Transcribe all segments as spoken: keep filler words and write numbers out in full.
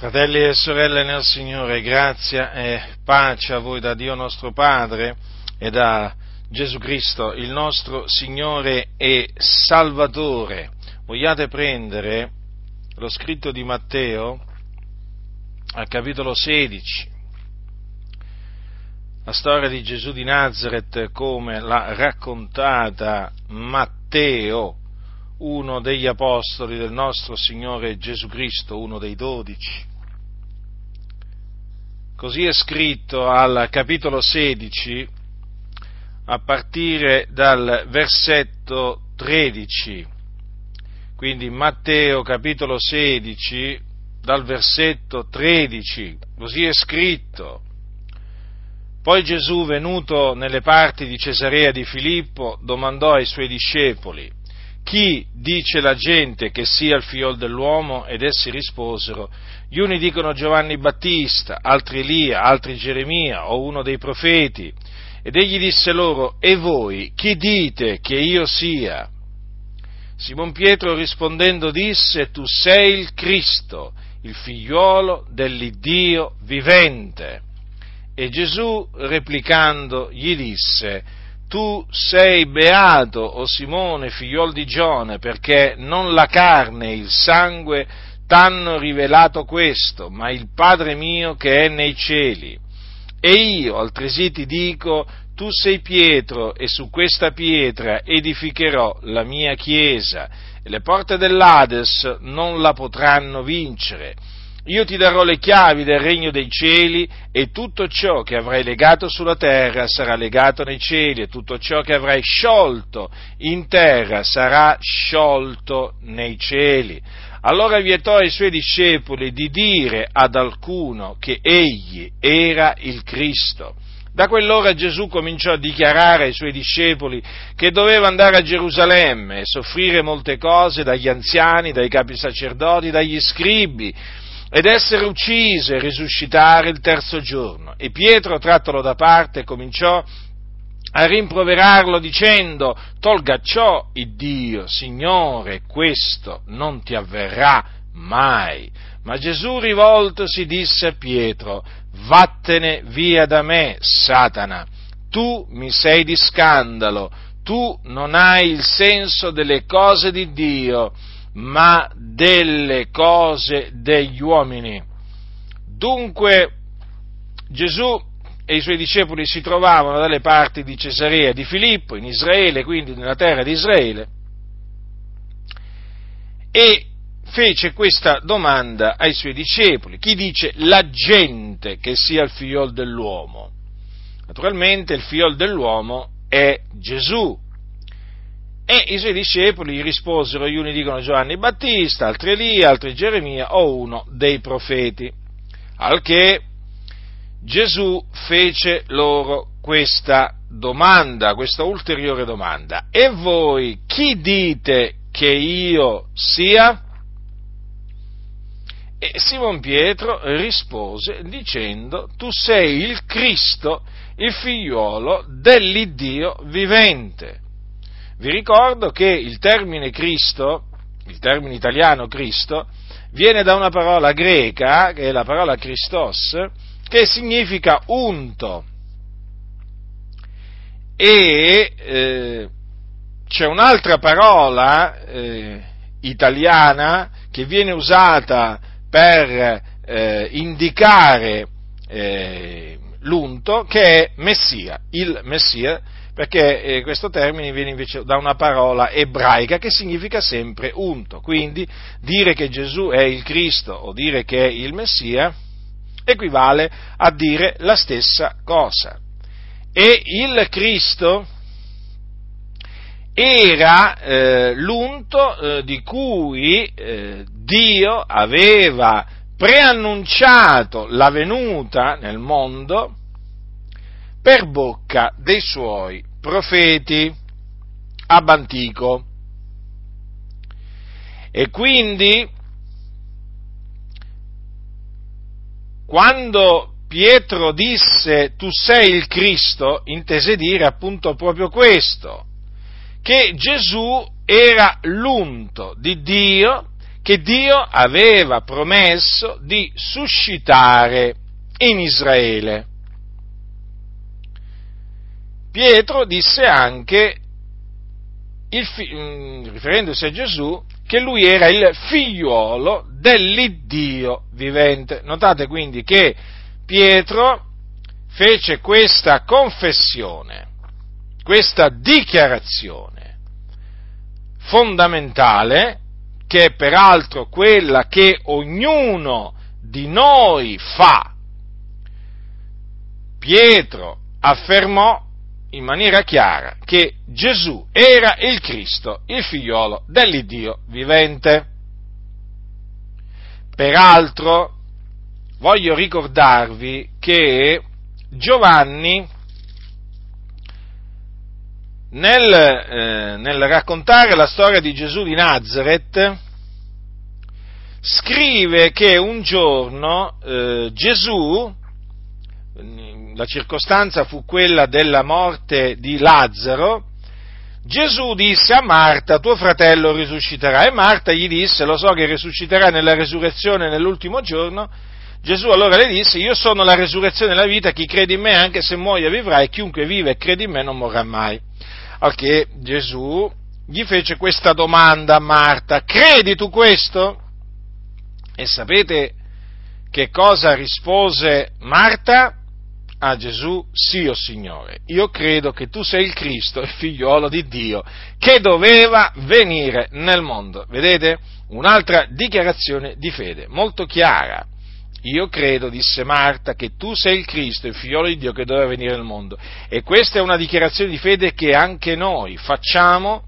Fratelli e sorelle nel Signore, grazia e pace a voi da Dio nostro Padre e da Gesù Cristo, il nostro Signore e Salvatore. Vogliate prendere lo scritto di Matteo al capitolo sedici, la storia di Gesù di Nazaret come l'ha raccontata Matteo, uno degli apostoli del nostro Signore Gesù Cristo, uno dei dodici. Così è scritto al capitolo sedici, a partire dal versetto tredici. Quindi Matteo capitolo sedici, dal versetto tredici, così è scritto. Poi Gesù, venuto nelle parti di Cesarea di Filippo, domandò ai suoi discepoli: chi dice la gente che sia il figlio dell'uomo? Ed essi risposero: gli uni dicono Giovanni Battista, altri Elia, altri Geremia o uno dei profeti. Ed egli disse loro: e voi chi dite che io sia? Simon Pietro rispondendo disse: tu sei il Cristo, il figliuolo dell'Iddio vivente. E Gesù replicando gli disse: tu sei beato, o Simone, figliuol di Gione, perché non la carne e il sangue t'hanno rivelato questo, ma il Padre mio che è nei cieli. E io altresì ti dico: tu sei Pietro, e su questa pietra edificherò la mia chiesa, e le porte dell'Ades non la potranno vincere. Io ti darò le chiavi del regno dei cieli, e tutto ciò che avrai legato sulla terra sarà legato nei cieli, e tutto ciò che avrai sciolto in terra sarà sciolto nei cieli. Allora vietò ai suoi discepoli di dire ad alcuno che egli era il Cristo. Da quell'ora Gesù cominciò a dichiarare ai suoi discepoli che doveva andare a Gerusalemme e soffrire molte cose dagli anziani, dai capi sacerdoti, dagli scribi, ed essere ucciso e risuscitare il terzo giorno. E Pietro, trattolo da parte, cominciò a rimproverarlo dicendo: tolga ciò il Dio, Signore, questo non ti avverrà mai. Ma Gesù rivoltosi disse a Pietro: vattene via da me, Satana, tu mi sei di scandalo, tu non hai il senso delle cose di Dio, ma delle cose degli uomini. Dunque Gesù e i suoi discepoli si trovavano dalle parti di Cesarea di Filippo, in Israele, quindi nella terra di Israele, e fece questa domanda ai suoi discepoli: chi dice la gente che sia il figliol dell'uomo? Naturalmente il figliol dell'uomo è Gesù. E i suoi discepoli gli risposero: gli uni dicono Giovanni Battista, altri Elia, altri Geremia o uno dei profeti. Al che Gesù fece loro questa domanda, questa ulteriore domanda: e voi chi dite che io sia? E Simon Pietro rispose dicendo: tu sei il Cristo, il figliuolo dell'Iddio vivente. Vi ricordo che il termine Cristo, il termine italiano Cristo, viene da una parola greca, che è la parola Christos, che significa unto. E eh, c'è un'altra parola eh, italiana che viene usata per eh, indicare eh, l'unto, che è Messia, il Messia, perché eh, questo termine viene invece da una parola ebraica che significa sempre unto. Quindi dire che Gesù è il Cristo o dire che è il Messia equivale a dire la stessa cosa. E il Cristo era eh, l'unto eh, di cui eh, Dio aveva preannunciato la venuta nel mondo per bocca dei suoi profeti ab antico. E quindi, quando Pietro disse tu sei il Cristo, intese dire appunto proprio questo, che Gesù era l'unto di Dio che Dio aveva promesso di suscitare in Israele. Pietro disse anche, il fi- riferendosi a Gesù, che lui era il figliuolo dell'Iddio vivente. Notate quindi che Pietro fece questa confessione, questa dichiarazione fondamentale, che è peraltro quella che ognuno di noi fa. Pietro affermò in maniera chiara che Gesù era il Cristo, il figliolo dell'Iddio vivente. Peraltro, voglio ricordarvi che Giovanni, nel, eh, nel raccontare la storia di Gesù di Nazaret, scrive che un giorno eh, Gesù, la circostanza fu quella della morte di Lazzaro, Gesù disse a Marta: tuo fratello risusciterà. E Marta gli disse: lo so che risusciterà nella resurrezione nell'ultimo giorno. Gesù allora le disse: io sono la resurrezione e la vita, chi crede in me anche se muoia vivrà, e chiunque vive e crede in me non morrà mai. Al che Gesù gli fece questa domanda a Marta: credi tu questo? E sapete che cosa rispose Marta a Gesù? Sì, o Signore, io credo che tu sei il Cristo, il figliuolo di Dio, che doveva venire nel mondo. Vedete? Un'altra dichiarazione di fede, molto chiara. Io credo, disse Marta, che tu sei il Cristo, il figliolo di Dio che doveva venire nel mondo. E questa è una dichiarazione di fede che anche noi facciamo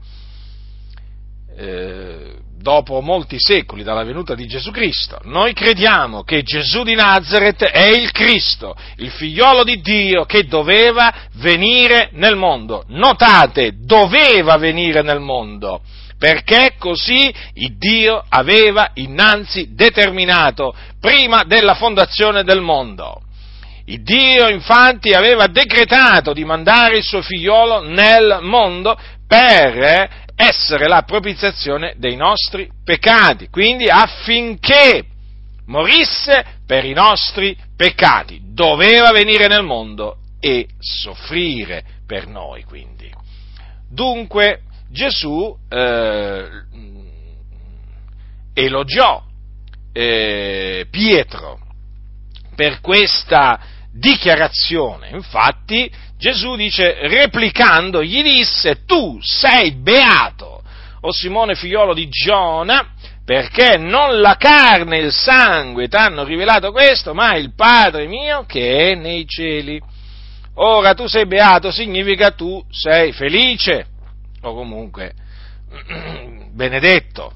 eh, dopo molti secoli dalla venuta di Gesù Cristo. Noi crediamo che Gesù di Nazaret è il Cristo, il figliolo di Dio che doveva venire nel mondo. Notate, doveva venire nel mondo, perché così il Dio aveva innanzi determinato prima della fondazione del mondo. Il Dio infatti aveva decretato di mandare il suo figliolo nel mondo per essere la propiziazione dei nostri peccati, quindi affinché morisse per i nostri peccati. Doveva venire nel mondo e soffrire per noi, quindi. Dunque Gesù eh, elogiò eh, Pietro per questa dichiarazione. Infatti Gesù dice, replicando, gli disse: tu sei beato, o Simone figliolo di Giona, perché non la carne e il sangue t'hanno rivelato questo, ma il Padre mio che è nei cieli. Ora tu sei beato significa tu sei felice, o comunque benedetto.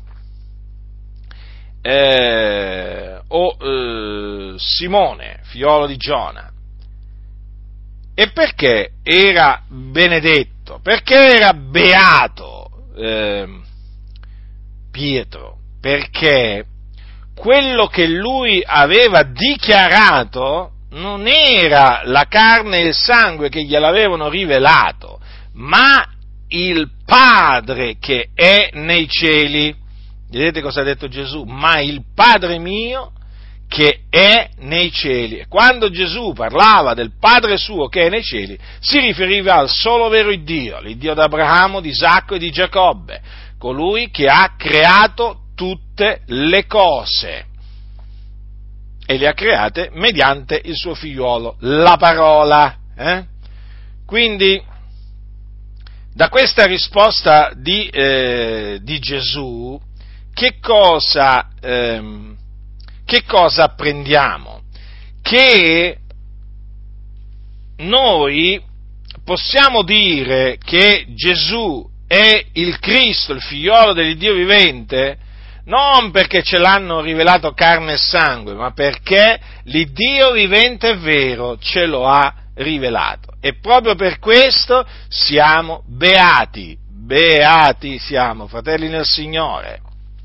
Eh, o eh, Simone, figliolo di Giona. E perché era benedetto? Perché era beato eh, Pietro? Perché quello che lui aveva dichiarato non era la carne e il sangue che gliel'avevano rivelato, ma il Padre che è nei cieli. Vedete cosa ha detto Gesù? Ma il Padre mio che è nei cieli. E quando Gesù parlava del Padre suo che è nei cieli, si riferiva al solo vero Dio, l'Iddio d'Abramo, di Isacco e di Giacobbe, colui che ha creato tutte le cose e le ha create mediante il suo figliuolo, la parola. Eh? Quindi, da questa risposta di, eh, di Gesù, che cosa... Ehm, Che cosa apprendiamo? Che noi possiamo dire che Gesù è il Cristo, il figliolo dell'Iddio vivente, non perché ce l'hanno rivelato carne e sangue, ma perché l'Iddio vivente è vero, ce lo ha rivelato. E proprio per questo siamo beati, beati siamo, fratelli nel Signore.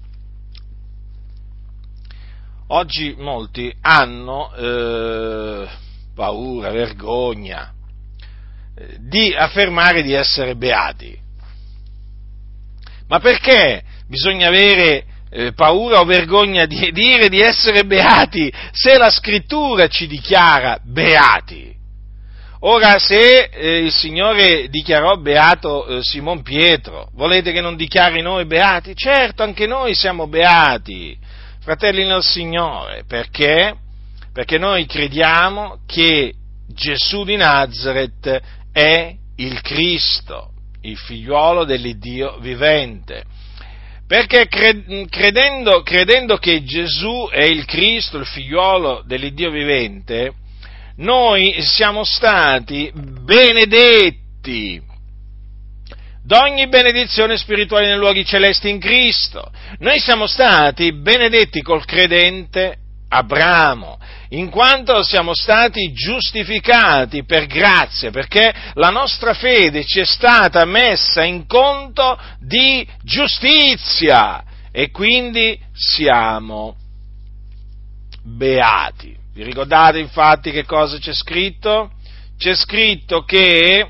Oggi molti hanno eh, paura, vergogna eh, di affermare di essere beati. Ma perché bisogna avere eh, paura o vergogna di dire di essere beati, se la Scrittura ci dichiara beati. Ora, se eh, il Signore dichiarò beato eh, Simon Pietro, volete che non dichiari noi beati? Certo, anche noi siamo beati, fratelli nel Signore, perché? Perché noi crediamo che Gesù di Nazaret è il Cristo, il figliuolo dell'Iddio vivente. Perché credendo, credendo che Gesù è il Cristo, il figliuolo dell'Iddio vivente, noi siamo stati benedetti d'ogni benedizione spirituale nei luoghi celesti in Cristo. Noi siamo stati benedetti col credente Abramo, in quanto siamo stati giustificati per grazia, perché la nostra fede ci è stata messa in conto di giustizia e quindi siamo beati. Vi ricordate infatti che cosa c'è scritto? C'è scritto che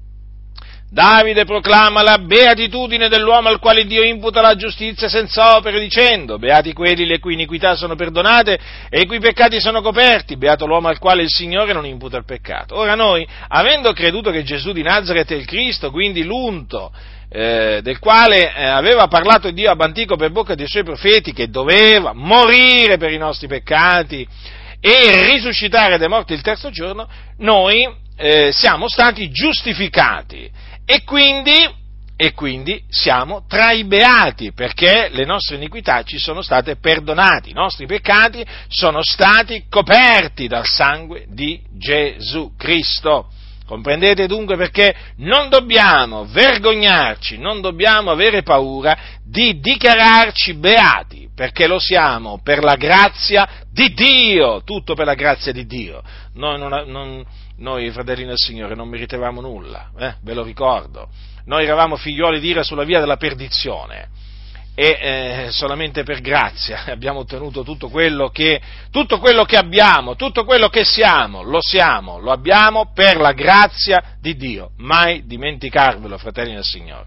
Davide proclama la beatitudine dell'uomo al quale Dio imputa la giustizia senza opere, dicendo: beati quelli le cui iniquità sono perdonate e i cui peccati sono coperti, beato l'uomo al quale il Signore non imputa il peccato. Ora noi, avendo creduto che Gesù di Nazaret è il Cristo, quindi l'unto, eh, del quale eh, aveva parlato Dio ab antico per bocca dei suoi profeti, che doveva morire per i nostri peccati e risuscitare dai morti il terzo giorno, noi eh, siamo stati giustificati e quindi, e quindi siamo tra i beati, perché le nostre iniquità ci sono state perdonate, i nostri peccati sono stati coperti dal sangue di Gesù Cristo. Comprendete dunque perché non dobbiamo vergognarci, non dobbiamo avere paura di dichiararci beati, perché lo siamo per la grazia di Dio, tutto per la grazia di Dio. Noi, non, non, noi fratelli nel Signore, non meritavamo nulla, eh? Ve lo ricordo. Noi eravamo figlioli di ira sulla via della perdizione e eh, solamente per grazia abbiamo ottenuto tutto quello che tutto quello che abbiamo, tutto quello che siamo, lo siamo, lo abbiamo per la grazia di Dio. Mai dimenticarvelo, fratelli del Signore.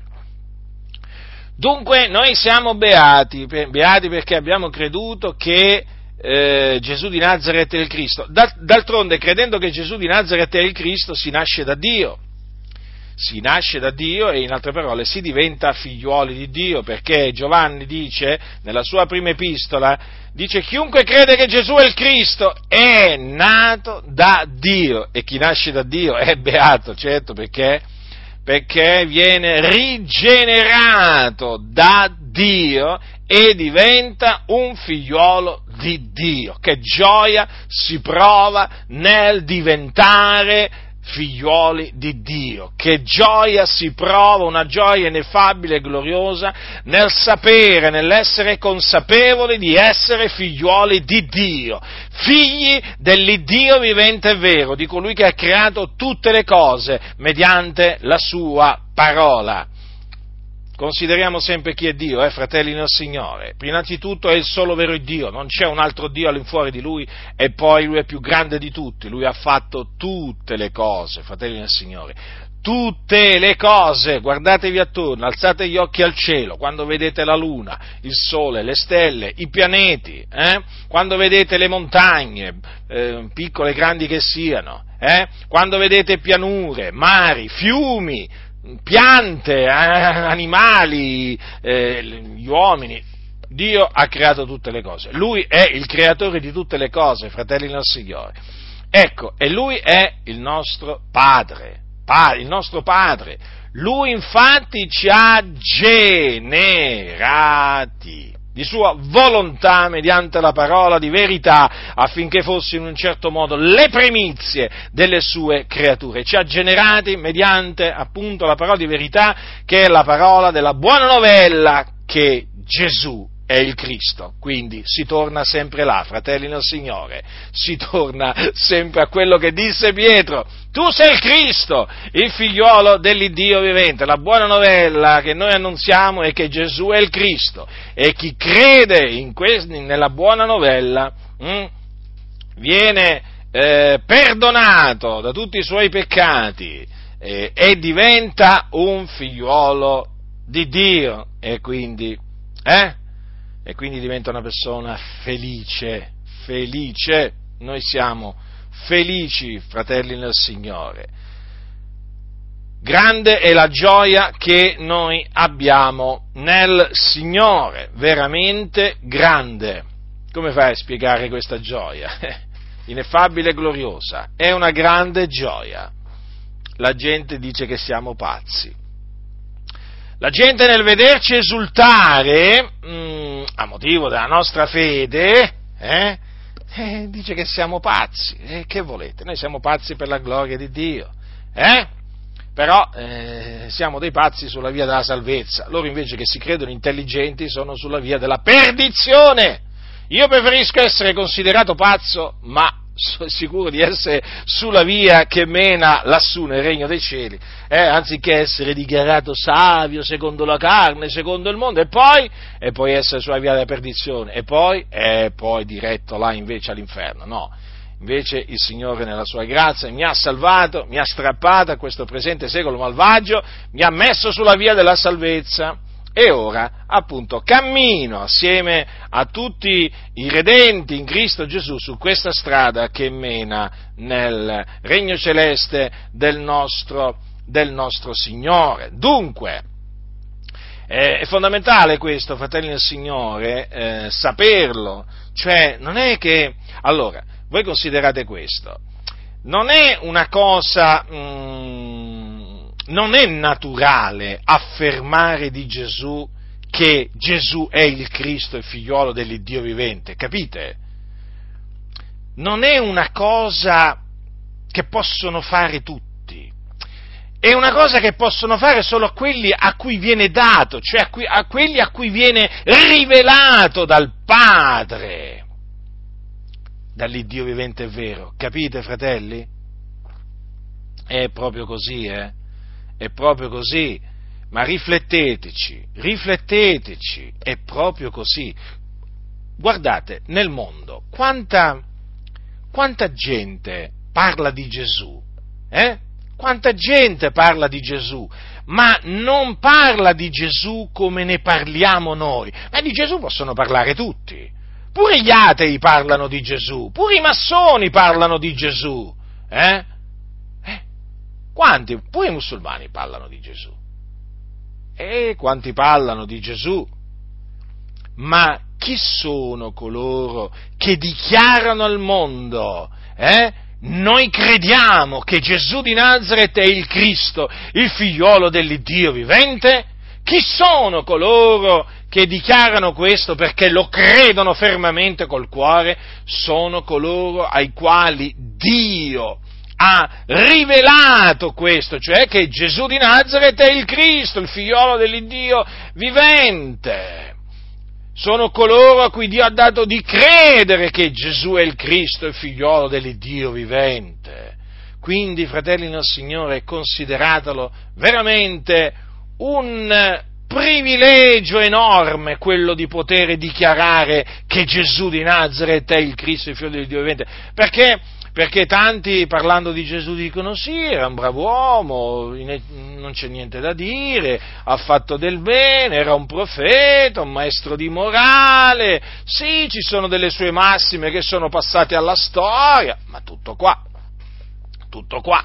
Dunque noi siamo beati, beati perché abbiamo creduto che eh, Gesù di Nazaret è il Cristo. D'altronde, credendo che Gesù di Nazaret è il Cristo, si nasce da Dio. Si nasce da Dio e, in altre parole, si diventa figliuoli di Dio, perché Giovanni dice, nella sua prima epistola, dice: chiunque crede che Gesù è il Cristo è nato da Dio, e chi nasce da Dio è beato, certo, perché, perché viene rigenerato da Dio e diventa un figliuolo di Dio. Che gioia si prova nel diventare figliuoli di Dio, che gioia si prova, una gioia ineffabile e gloriosa nel sapere, nell'essere consapevoli di essere figliuoli di Dio, figli dell'Iddio vivente e vero, di colui che ha creato tutte le cose mediante la sua parola. Consideriamo sempre chi è Dio, eh, fratelli nel Signore. Innanzitutto è il solo vero Dio, non c'è un altro Dio all'infuori di Lui, e poi Lui è più grande di tutti, Lui ha fatto tutte le cose, fratelli nel Signore. Tutte le cose, guardatevi attorno, alzate gli occhi al cielo, quando vedete la luna, il sole, le stelle, i pianeti, eh? Quando vedete le montagne, eh, piccole e grandi che siano, eh? Quando vedete pianure, mari, fiumi, piante, eh, animali, eh, gli uomini. Dio ha creato tutte le cose. Lui è il creatore di tutte le cose, fratelli del Signore. Ecco, e Lui è il nostro Padre, pa- il nostro Padre. Lui infatti ci ha generati di sua volontà mediante la parola di verità, affinché fossero in un certo modo le primizie delle sue creature. Ci ha generati mediante appunto la parola di verità, che è la parola della buona novella che Gesù è il Cristo. Quindi si torna sempre là, fratelli nel Signore, si torna sempre a quello che disse Pietro: tu sei il Cristo, il figliuolo dell'Iddio vivente. La buona novella che noi annunziamo è che Gesù è il Cristo, e chi crede in quest- nella buona novella mh, viene eh, perdonato da tutti i suoi peccati eh, e diventa un figliuolo di Dio. E quindi, eh? e quindi diventa una persona felice, felice. Noi siamo felici, fratelli nel Signore. Grande è la gioia che noi abbiamo nel Signore, veramente grande. Come fai a spiegare questa gioia? Ineffabile e gloriosa, è una grande gioia. La gente dice che siamo pazzi. La gente nel vederci esultare, mh, a motivo della nostra fede, eh, eh, dice che siamo pazzi. Eh, che volete? Noi siamo pazzi per la gloria di Dio, eh? Però eh, siamo dei pazzi sulla via della salvezza. Loro invece, che si credono intelligenti, sono sulla via della perdizione. Io preferisco essere considerato pazzo, ma sono sicuro di essere sulla via che mena lassù nel regno dei cieli, eh, anziché essere dichiarato savio secondo la carne, secondo il mondo, e poi, e poi essere sulla via della perdizione, e poi, e poi diretto là invece all'inferno. No, invece il Signore nella sua grazia mi ha salvato, mi ha strappato a questo presente secolo malvagio, mi ha messo sulla via della salvezza. E ora, appunto, cammino assieme a tutti i redenti in Cristo Gesù su questa strada che mena nel regno celeste del nostro, del nostro Signore. Dunque, è fondamentale questo, fratelli del Signore, eh, saperlo. Cioè, non è che... Allora, voi considerate questo, non è una cosa... Mm, non è naturale affermare di Gesù che Gesù è il Cristo, il figliuolo dell'Iddio vivente, capite? Non è una cosa che possono fare tutti, è una cosa che possono fare solo quelli a cui viene dato, cioè a, cui, a quelli a cui viene rivelato dal Padre, dall'Iddio vivente, è vero, capite, fratelli? È proprio così, eh? È proprio così, ma rifletteteci, rifletteteci, è proprio così. Guardate, nel mondo, quanta, quanta gente parla di Gesù, eh? Quanta gente parla di Gesù, ma non parla di Gesù come ne parliamo noi, ma di Gesù possono parlare tutti, pure gli atei parlano di Gesù, pure i massoni parlano di Gesù, eh? Quanti? Pure i musulmani parlano di Gesù. E quanti parlano di Gesù? Ma chi sono coloro che dichiarano al mondo, eh? Noi crediamo che Gesù di Nazaret è il Cristo, il figliolo dell'Iddio vivente? Chi sono coloro che dichiarano questo perché lo credono fermamente col cuore? Sono coloro ai quali Dio ha rivelato questo, cioè che Gesù di Nazaret è il Cristo, il figliolo dell'Iddio vivente. Sono coloro a cui Dio ha dato di credere che Gesù è il Cristo, il figliolo dell'Iddio vivente. Quindi, fratelli del Signore, consideratelo veramente un privilegio enorme quello di poter dichiarare che Gesù di Nazaret è il Cristo, il figlio dell'Iddio vivente, perché Perché tanti, parlando di Gesù, dicono sì, era un bravo uomo, non c'è niente da dire, ha fatto del bene, era un profeta, un maestro di morale, sì, ci sono delle sue massime che sono passate alla storia, ma tutto qua, tutto qua,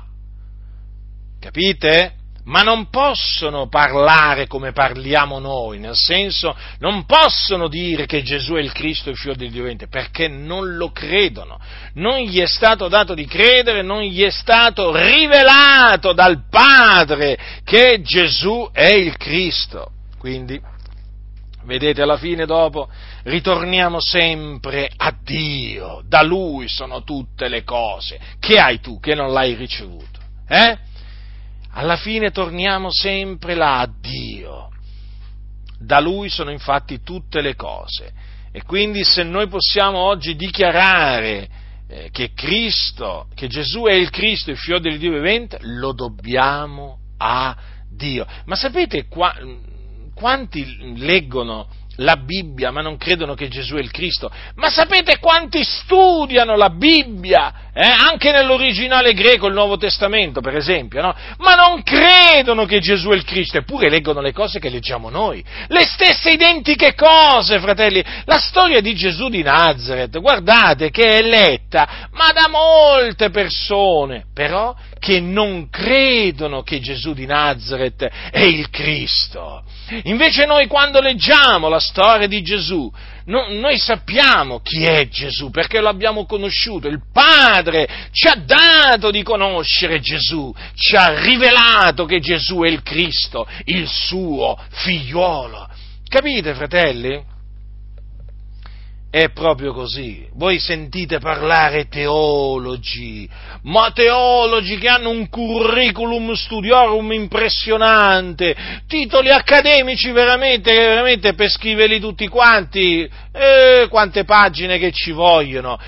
capite? Ma non possono parlare come parliamo noi, nel senso, non possono dire che Gesù è il Cristo, il figlio del Dio vivente, perché non lo credono, non gli è stato dato di credere, non gli è stato rivelato dal Padre che Gesù è il Cristo. Quindi, vedete, alla fine dopo ritorniamo sempre a Dio, da Lui sono tutte le cose. Che hai tu che non l'hai ricevuto? Eh? Alla fine torniamo sempre là a Dio. Da Lui sono infatti tutte le cose. E quindi se noi possiamo oggi dichiarare eh, che Cristo, che Gesù è il Cristo, il figlio del Dio vivente, lo dobbiamo a Dio. Ma sapete qua, quanti leggono la Bibbia ma non credono che Gesù è il Cristo? Ma sapete quanti studiano la Bibbia eh, anche nell'originale greco, il Nuovo Testamento, per esempio, no? Ma non credono che Gesù è il Cristo, eppure leggono le cose che leggiamo noi, le stesse identiche cose, fratelli. La storia di Gesù di Nazaret, guardate che è letta, ma da molte persone, però, che non credono che Gesù di Nazaret è il Cristo. Invece noi, quando leggiamo la storia di Gesù, no, noi sappiamo chi è Gesù, perché lo abbiamo conosciuto. Il Padre ci ha dato di conoscere Gesù, ci ha rivelato che Gesù è il Cristo, il suo figliuolo. Capite, fratelli? È proprio così. Voi sentite parlare teologi, ma teologi che hanno un curriculum studiorum impressionante, titoli accademici veramente, veramente per scriverli tutti quanti, eh, quante pagine che ci vogliono,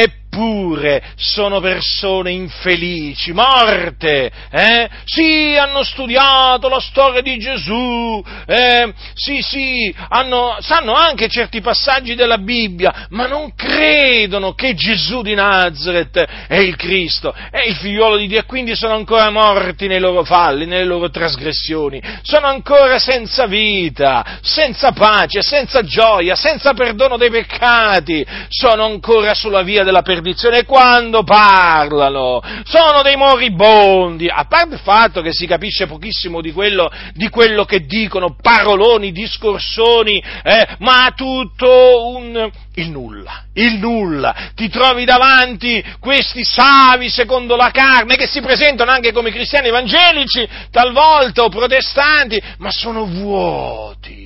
eppure sono persone infelici, morte, eh? Sì, hanno studiato la storia di Gesù, eh? sì, sì, hanno, sanno anche certi passaggi della Bibbia, ma non credono che Gesù di Nazaret è il Cristo, è il figliuolo di Dio, e quindi sono ancora morti nei loro falli, nelle loro trasgressioni, sono ancora senza vita, senza pace, senza gioia, senza perdono dei peccati, sono ancora sulla via della perdizione. E quando parlano sono dei moribondi, a parte il fatto che si capisce pochissimo di quello, di quello che dicono, paroloni, discorsoni, eh, ma tutto un, il nulla, il nulla, ti trovi davanti questi savi secondo la carne che si presentano anche come cristiani evangelici, talvolta o protestanti, ma sono vuoti,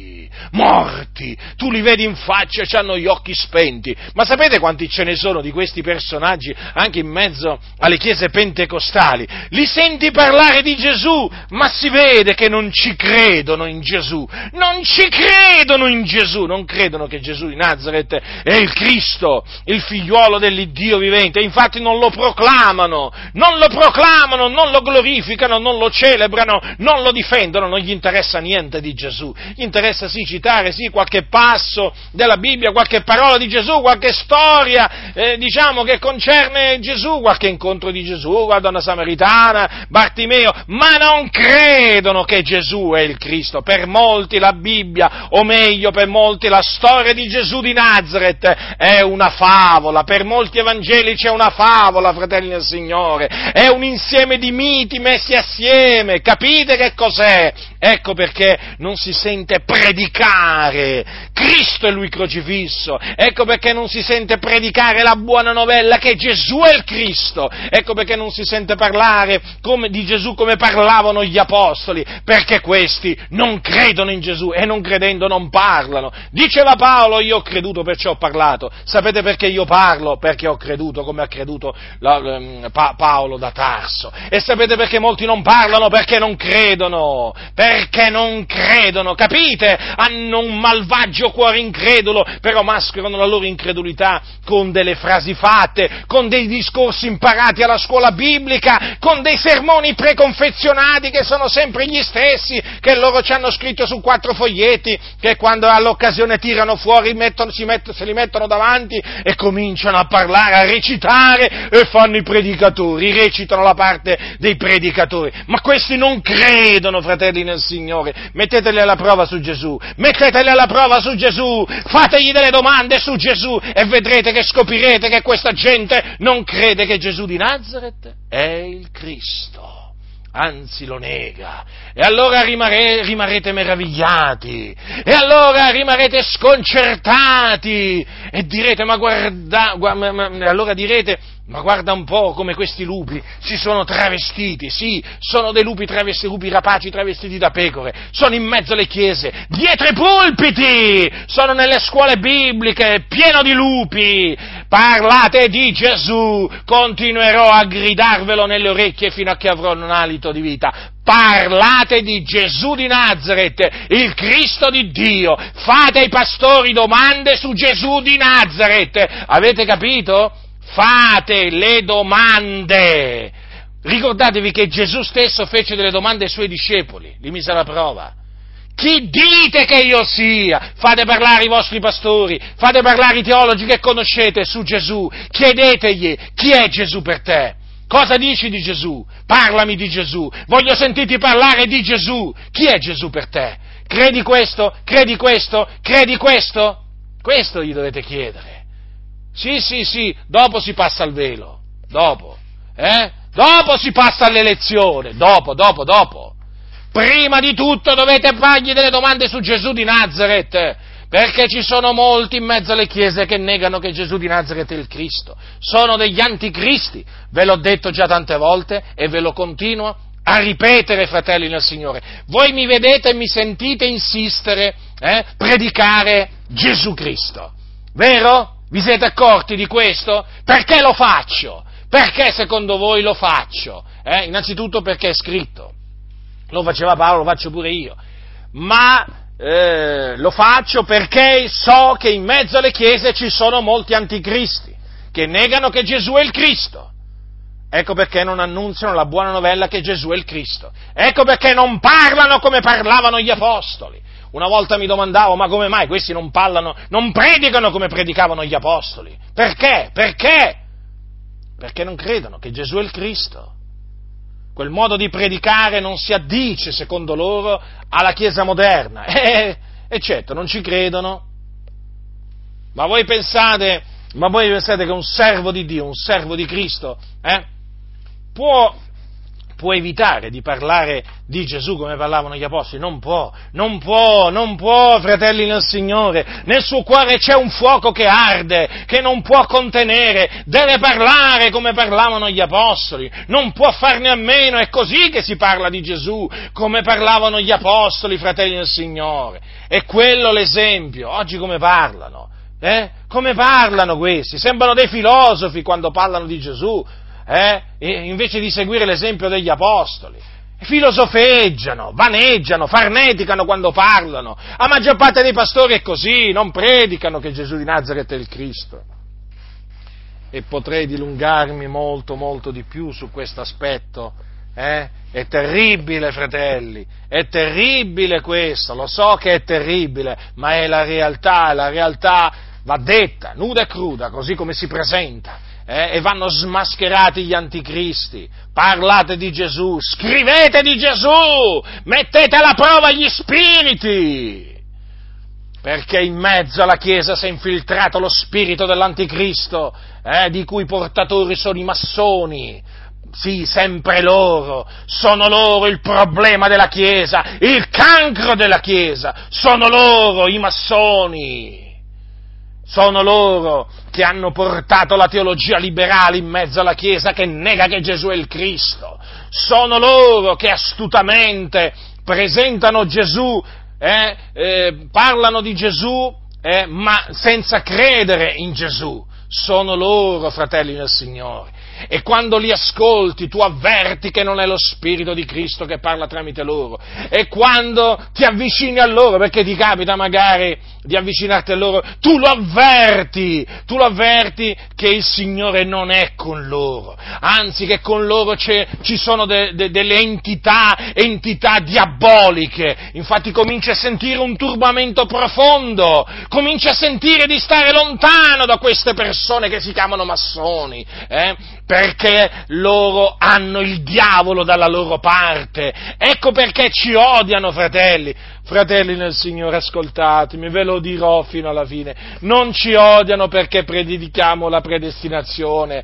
morti, tu li vedi in faccia e hanno gli occhi spenti. Ma sapete quanti ce ne sono di questi personaggi anche in mezzo alle chiese pentecostali? Li senti parlare di Gesù, ma si vede che non ci credono in Gesù, non ci credono in Gesù, non credono che Gesù di Nazaret è il Cristo, il figliuolo dell'Iddio vivente, infatti non lo proclamano, non lo proclamano, non lo glorificano, non lo celebrano, non lo difendono, non gli interessa niente di Gesù, gli interessa sì citare sì qualche passo della Bibbia, qualche parola di Gesù, qualche storia, eh, diciamo che concerne Gesù, qualche incontro di Gesù, la donna samaritana, Bartimeo, ma non credono che Gesù è il Cristo. Per molti la Bibbia, o meglio per molti la storia di Gesù di Nazaret è una favola, per molti evangelici è una favola, fratelli del Signore, è un insieme di miti messi assieme. Capite che cos'è? Ecco perché non si sente predicare Cristo e Lui crocifisso, ecco perché non si sente predicare la buona novella che Gesù è il Cristo, ecco perché non si sente parlare come, di Gesù come parlavano gli apostoli, perché questi non credono in Gesù e non credendo non parlano. Diceva Paolo: io ho creduto perciò ho parlato. Sapete perché io parlo? Perché ho creduto come ha creduto la, um, pa- Paolo da Tarso. E sapete perché molti non parlano? Perché non credono, perché non credono, capite? Hanno un malvagio cuore incredulo, però mascherano la loro incredulità con delle frasi fatte, con dei discorsi imparati alla scuola biblica, con dei sermoni preconfezionati che sono sempre gli stessi, che loro ci hanno scritto su quattro foglietti, che quando all'occasione tirano fuori, mettono, si mettono, se li mettono davanti e cominciano a parlare, a recitare, e fanno i predicatori, recitano la parte dei predicatori. Ma questi non credono, fratelli nel Signore. Metteteli alla prova su Gesù, metteteli alla prova su Gesù, fategli delle domande su Gesù e vedrete che scoprirete che questa gente non crede che Gesù di Nazaret è il Cristo, anzi lo nega, e allora rimare, rimarrete meravigliati, e allora rimarrete sconcertati, e direte, ma guarda, guarda ma, ma, allora direte, ma guarda un po' come questi lupi si sono travestiti, sì, sono dei lupi travestiti, lupi rapaci travestiti da pecore, sono in mezzo alle chiese, dietro i pulpiti, sono nelle scuole bibliche, pieno di lupi. Parlate di Gesù, continuerò a gridarvelo nelle orecchie fino a che avrò un alito di vita. Parlate di Gesù di Nazaret, il Cristo di Dio, fate ai pastori domande su Gesù di Nazaret, avete capito? Fate le domande. Ricordatevi che Gesù stesso fece delle domande ai suoi discepoli, li mise alla prova. Chi dite che io sia? Fate parlare i vostri pastori, fate parlare i teologi che conoscete su Gesù, chiedetegli chi è Gesù per te. Cosa dici di Gesù? Parlami di Gesù, voglio sentirti parlare di Gesù. Chi è Gesù per te? Credi questo? Credi questo? Credi questo? Questo gli dovete chiedere. Sì, sì, sì, dopo si passa al velo, dopo, eh? Dopo si passa all'elezione, dopo, dopo, dopo. Prima di tutto dovete fargli delle domande su Gesù di Nazaret, perché ci sono molti in mezzo alle chiese che negano che Gesù di Nazaret è il Cristo. Sono degli anticristi, ve l'ho detto già tante volte e ve lo continuo a ripetere, fratelli nel Signore. Voi mi vedete e mi sentite insistere, eh, predicare Gesù Cristo, vero? Vi siete accorti di questo? Perché lo faccio? Perché secondo voi lo faccio? Eh? Innanzitutto perché è scritto. Lo faceva Paolo, lo faccio pure io. Ma eh, lo faccio perché so che in mezzo alle chiese ci sono molti anticristi che negano che Gesù è il Cristo. Ecco perché non annunziano la buona novella che Gesù è il Cristo. Ecco perché non parlano come parlavano gli apostoli. Una volta mi domandavo, ma come mai questi non parlano, non predicano come predicavano gli apostoli? Perché? Perché? Perché non credono che Gesù è il Cristo. Quel modo di predicare non si addice, secondo loro, alla Chiesa moderna. E, e certo, non ci credono. Ma voi pensate, ma voi pensate che un servo di Dio, un servo di Cristo, eh, può, può evitare di parlare di Gesù come parlavano gli apostoli? Non può, non può, non può, fratelli nel Signore. Nel suo cuore c'è un fuoco che arde, che non può contenere, deve parlare come parlavano gli apostoli, non può farne a meno, è così che si parla di Gesù, come parlavano gli apostoli, fratelli nel Signore. È quello l'esempio. Oggi come parlano? Eh? Come parlano questi? Sembrano dei filosofi quando parlano di Gesù, eh? Invece di seguire l'esempio degli apostoli. Filosofeggiano, vaneggiano, farneticano quando parlano. La maggior parte dei pastori è così, non predicano che Gesù di Nazaret è il Cristo. E potrei dilungarmi molto, molto di più su questo aspetto. Eh? È terribile, fratelli, è terribile questo, lo so che è terribile, ma è la realtà, la realtà va detta, nuda e cruda, così come si presenta. Eh, e vanno smascherati gli anticristi. Parlate di Gesù, scrivete di Gesù, mettete alla prova gli spiriti, perché in mezzo alla Chiesa si è infiltrato lo spirito dell'anticristo, eh, di cui portatori sono i massoni. Sì, sempre loro, sono loro il problema della Chiesa, il cancro della Chiesa, sono loro i massoni. Sono loro che hanno portato la teologia liberale in mezzo alla Chiesa che nega che Gesù è il Cristo. Sono loro che astutamente presentano Gesù, eh, eh, parlano di Gesù, eh, ma senza credere in Gesù. Sono loro, fratelli nel Signore. E quando li ascolti tu avverti che non è lo Spirito di Cristo che parla tramite loro. E quando ti avvicini a loro, perché ti capita magari di avvicinarti a loro, tu lo avverti, tu lo avverti che il Signore non è con loro, anzi che con loro c'è, ci sono de, de, delle entità, entità diaboliche. Infatti cominci a sentire un turbamento profondo, cominci a sentire di stare lontano da queste persone che si chiamano massoni, eh? Perché loro hanno il diavolo dalla loro parte. Ecco perché ci odiano, fratelli. Fratelli nel Signore, ascoltatemi, ve lo dirò fino alla fine. Non ci odiano perché predichiamo la predestinazione.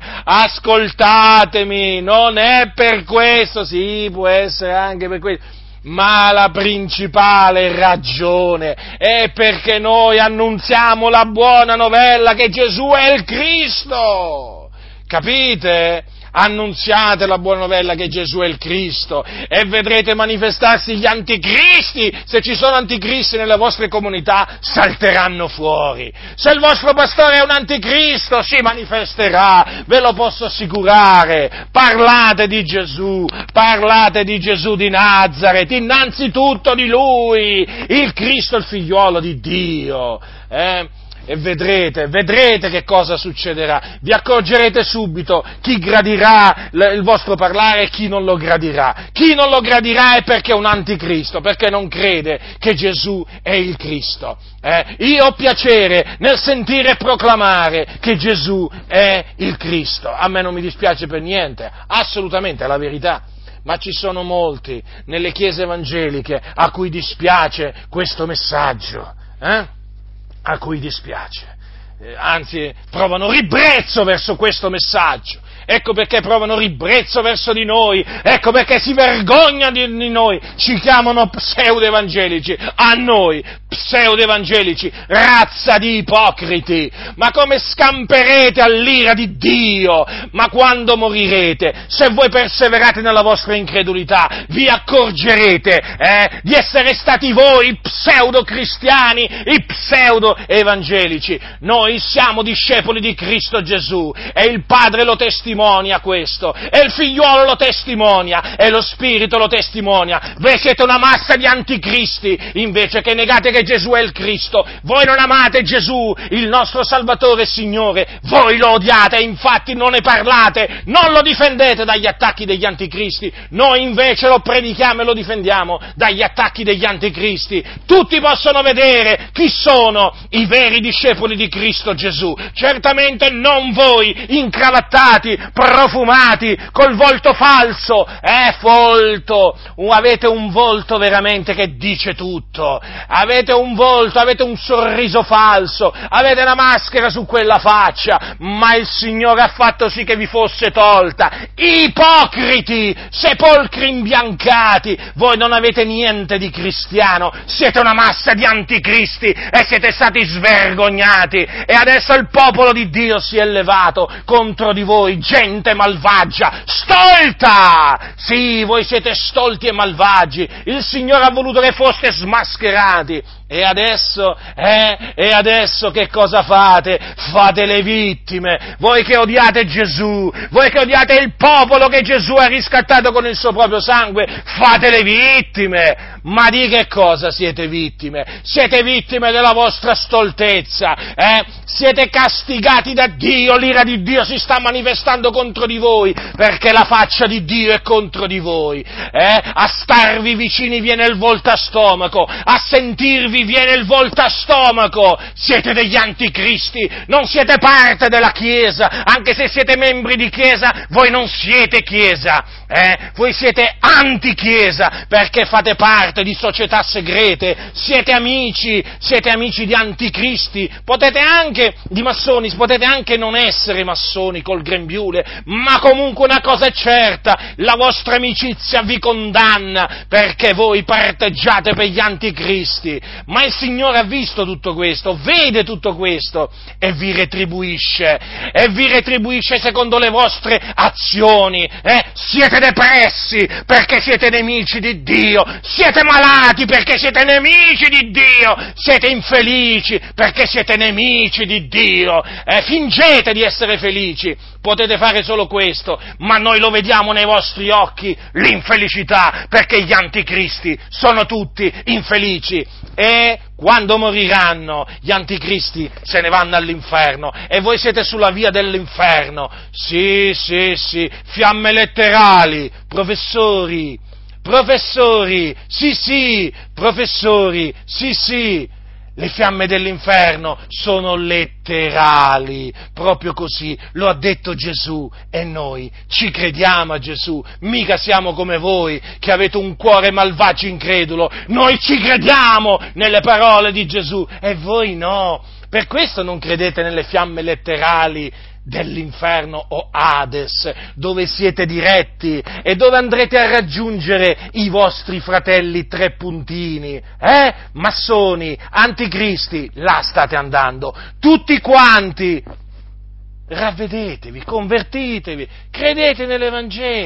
Ascoltatemi, non è per questo, sì, può essere anche per questo. Ma la principale ragione è perché noi annunziamo la buona novella che Gesù è il Cristo. Capite? Annunziate la buona novella che Gesù è il Cristo e vedrete manifestarsi gli anticristi. Se ci sono anticristi nelle vostre comunità, salteranno fuori. Se il vostro pastore è un anticristo, si manifesterà, ve lo posso assicurare. Parlate di Gesù, parlate di Gesù di Nazaret, innanzitutto di Lui, il Cristo, il figliuolo di Dio. Eh? e vedrete, vedrete che cosa succederà. Vi accorgerete subito chi gradirà il vostro parlare e chi non lo gradirà. Chi non lo gradirà è perché è un anticristo, perché non crede che Gesù è il Cristo. Eh? Io ho piacere nel sentire proclamare che Gesù è il Cristo. A me non mi dispiace per niente, assolutamente, è la verità. Ma ci sono molti nelle chiese evangeliche a cui dispiace questo messaggio, eh? a cui dispiace, eh, anzi provano ribrezzo verso questo messaggio. Ecco perché provano ribrezzo verso di noi, ecco perché si vergognano di, di noi, ci chiamano pseudo-evangelici, a noi, pseudo-evangelici, razza di ipocriti, ma come scamperete all'ira di Dio? Ma quando morirete, se voi perseverate nella vostra incredulità, vi accorgerete eh, di essere stati voi i pseudo-cristiani, i pseudo-evangelici. Noi siamo discepoli di Cristo Gesù e il Padre lo testimonia questo, e il figliuolo lo testimonia, e lo Spirito lo testimonia. Voi siete una massa di anticristi, invece che negate che Gesù è il Cristo. Voi non amate Gesù, il nostro Salvatore e Signore, voi lo odiate, e infatti non ne parlate, non lo difendete dagli attacchi degli anticristi. Noi invece lo predichiamo e lo difendiamo dagli attacchi degli anticristi. Tutti possono vedere chi sono i veri discepoli di Cristo Gesù, certamente non voi, incravattati, profumati, col volto falso, eh, volto, avete un volto veramente che dice tutto, avete un volto, avete un sorriso falso, avete una maschera su quella faccia, ma il Signore ha fatto sì che vi fosse tolta. Ipocriti, sepolcri imbiancati, voi non avete niente di cristiano, siete una massa di anticristi e siete stati svergognati, e adesso il popolo di Dio si è levato contro di voi, gente malvagia, stolta! Sì, voi siete stolti e malvagi, il Signore ha voluto che foste smascherati, e adesso, eh, e adesso che cosa fate? Fate le vittime, voi che odiate Gesù, voi che odiate il popolo che Gesù ha riscattato con il suo proprio sangue, fate le vittime! Ma di che cosa siete vittime? Siete vittime della vostra stoltezza, eh? Siete castigati da Dio, l'ira di Dio si sta manifestando contro di voi, perché la faccia di Dio è contro di voi, eh? A starvi vicini viene il volto a stomaco, a sentirvi viene il volto a stomaco, siete degli anticristi, non siete parte della Chiesa, anche se siete membri di Chiesa, voi non siete Chiesa, eh? Voi siete anti-Chiesa, perché fate parte di società segrete, siete amici, siete amici di anticristi, potete anche, di massoni, potete anche non essere massoni col grembiule, ma comunque una cosa è certa, la vostra amicizia vi condanna, perché voi parteggiate per gli anticristi, ma il Signore ha visto tutto questo, vede tutto questo, e vi retribuisce, e vi retribuisce secondo le vostre azioni, eh? Siete depressi perché siete nemici di Dio, siete malati perché siete nemici di Dio, siete infelici perché siete nemici di Dio, eh? Fingete di essere felici, potete fare solo questo, ma noi lo vediamo nei vostri occhi, l'infelicità, perché gli anticristi sono tutti infelici, e quando moriranno gli anticristi se ne vanno all'inferno, e voi siete sulla via dell'inferno, sì, sì, sì, fiamme letterali, professori, professori, sì, sì, professori, sì, sì, le fiamme dell'inferno sono letterali, proprio così, lo ha detto Gesù, e noi ci crediamo a Gesù, mica siamo come voi che avete un cuore malvagio incredulo, noi ci crediamo nelle parole di Gesù, e voi no, per questo non credete nelle fiamme letterali dell'inferno o Hades, dove siete diretti e dove andrete a raggiungere i vostri fratelli tre puntini, eh? Massoni, anticristi, là state andando, tutti quanti. Ravvedetevi, convertitevi, credete nell'Evangelo,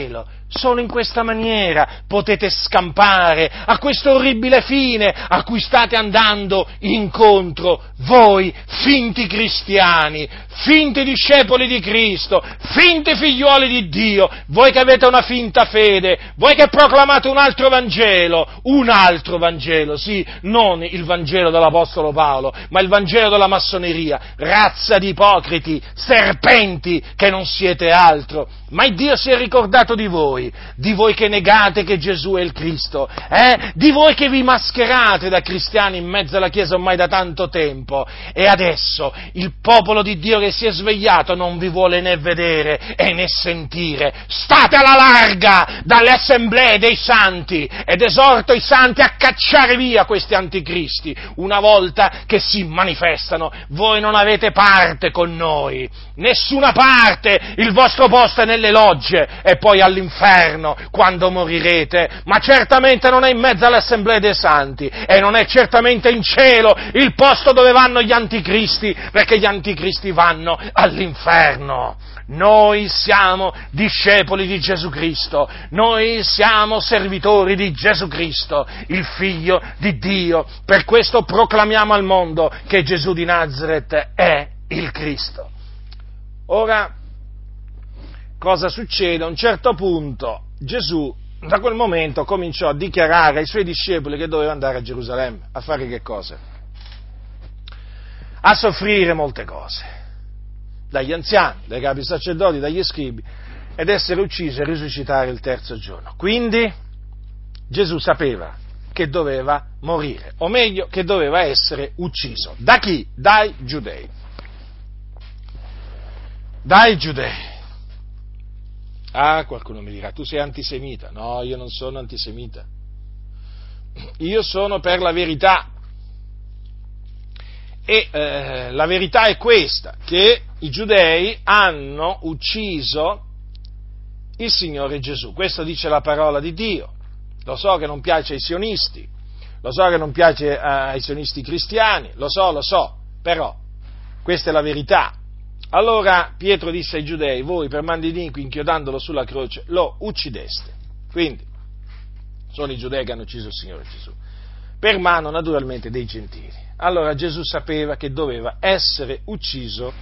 solo in questa maniera potete scampare a questo orribile fine a cui state andando incontro voi, finti cristiani, finti discepoli di Cristo, finti figliuoli di Dio, voi che avete una finta fede, voi che proclamate un altro Vangelo, un altro Vangelo, sì, non il Vangelo dell'Apostolo Paolo, ma il Vangelo della massoneria, razza di ipocriti, serpenti, che non siete altro. Ma il Dio si è ricordato di voi, di voi che negate che Gesù è il Cristo, eh? Di voi che vi mascherate da cristiani in mezzo alla Chiesa ormai da tanto tempo, e adesso il popolo di Dio che si è svegliato non vi vuole né vedere e né sentire. State alla larga dalle assemblee dei santi ed esorto i santi a cacciare via questi anticristi una volta che si manifestano. Voi non avete parte con noi, nessuna parte, il vostro posto è nelle logge e poi all'inferno quando morirete, ma certamente non è in mezzo alle assemblee dei santi e non è certamente in cielo il posto dove vanno gli anticristi, perché gli anticristi vanno all'inferno. Noi siamo discepoli di Gesù Cristo, noi siamo servitori di Gesù Cristo, il Figlio di Dio, per questo proclamiamo al mondo che Gesù di Nazaret è il Cristo. Ora, cosa succede? A un certo punto Gesù, da quel momento, cominciò a dichiarare ai suoi discepoli che doveva andare a Gerusalemme, a fare che cosa? A soffrire molte cose, dagli anziani, dai capi sacerdoti, dagli scribi, ed essere ucciso e risuscitare il terzo giorno. Quindi Gesù sapeva che doveva morire, o meglio, che doveva essere ucciso. Da chi? Dai giudei. Dai giudei. Ah, qualcuno mi dirà, tu sei antisemita. No, io non sono antisemita. Io sono per la verità. E eh, la verità è questa, che i giudei hanno ucciso il Signore Gesù. Questo dice la parola di Dio. Lo so che non piace ai sionisti, lo so che non piace ai sionisti cristiani, lo so, lo so, però questa è la verità. Allora Pietro disse ai giudei: voi per mano di iniqui, inchiodandolo sulla croce, lo uccideste. Quindi sono i giudei che hanno ucciso il Signore Gesù, per mano naturalmente dei gentili. Allora Gesù sapeva che doveva essere ucciso,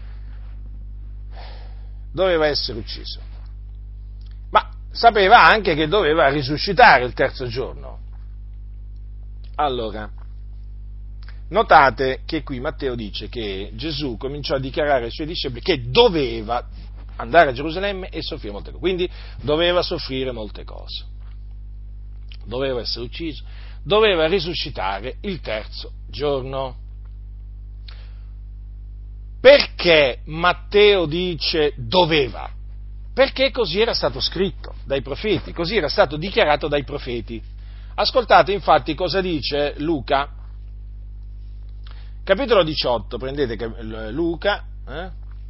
doveva essere ucciso, ma sapeva anche che doveva risuscitare il terzo giorno. Allora, notate che qui Matteo dice che Gesù cominciò a dichiarare ai suoi discepoli che doveva andare a Gerusalemme e soffrire molte cose, quindi doveva soffrire molte cose, doveva essere ucciso, doveva risuscitare il terzo giorno. Perché Matteo dice doveva? Perché così era stato scritto dai profeti, così era stato dichiarato dai profeti. Ascoltate infatti cosa dice Luca, capitolo diciotto, prendete Luca, eh?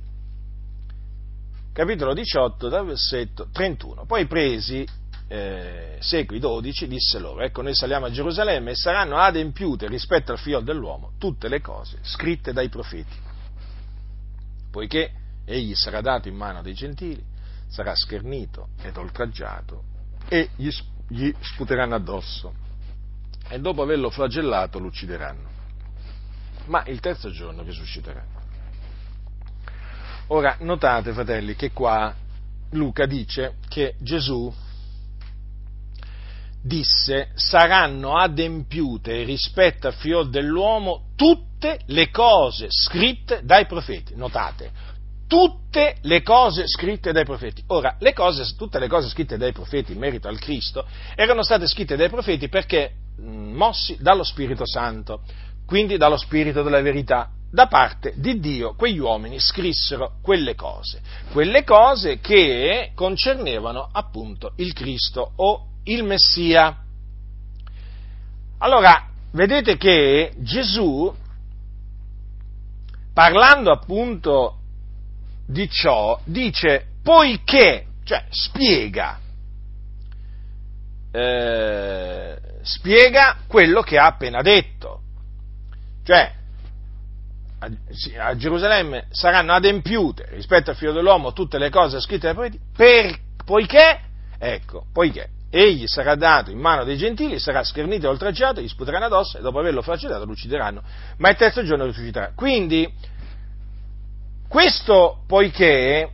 capitolo diciotto, dal versetto trentuno. Poi presi, eh, segui dodici, disse loro: ecco, noi saliamo a Gerusalemme e saranno adempiute rispetto al figlio dell'uomo tutte le cose scritte dai profeti, poiché egli sarà dato in mano dei gentili, sarà schernito ed oltraggiato, e gli, gli sputeranno addosso, e dopo averlo flagellato lo uccideranno, ma il terzo giorno risusciterà. Ora, notate, fratelli, che qua Luca dice che Gesù disse: saranno adempiute rispetto al figlio dell'uomo tutte le cose scritte dai profeti. Notate, tutte le cose scritte dai profeti. Ora, le cose, tutte le cose scritte dai profeti in merito al Cristo erano state scritte dai profeti perché mh, mossi dallo Spirito Santo, quindi dallo Spirito della verità. Da parte di Dio quegli uomini scrissero quelle cose, quelle cose che concernevano appunto il Cristo o il Messia. Allora, vedete che Gesù, parlando appunto di ciò, dice poiché, cioè spiega, eh, spiega quello che ha appena detto, cioè a, a Gerusalemme saranno adempiute rispetto al figlio dell'uomo tutte le cose scritte dai profeti, per, poiché Ecco, poiché egli sarà dato in mano dei gentili, sarà schernito e oltraggiato, gli sputeranno addosso e dopo averlo flagellato lo uccideranno, ma il terzo giorno risusciterà. Quindi, questo poiché,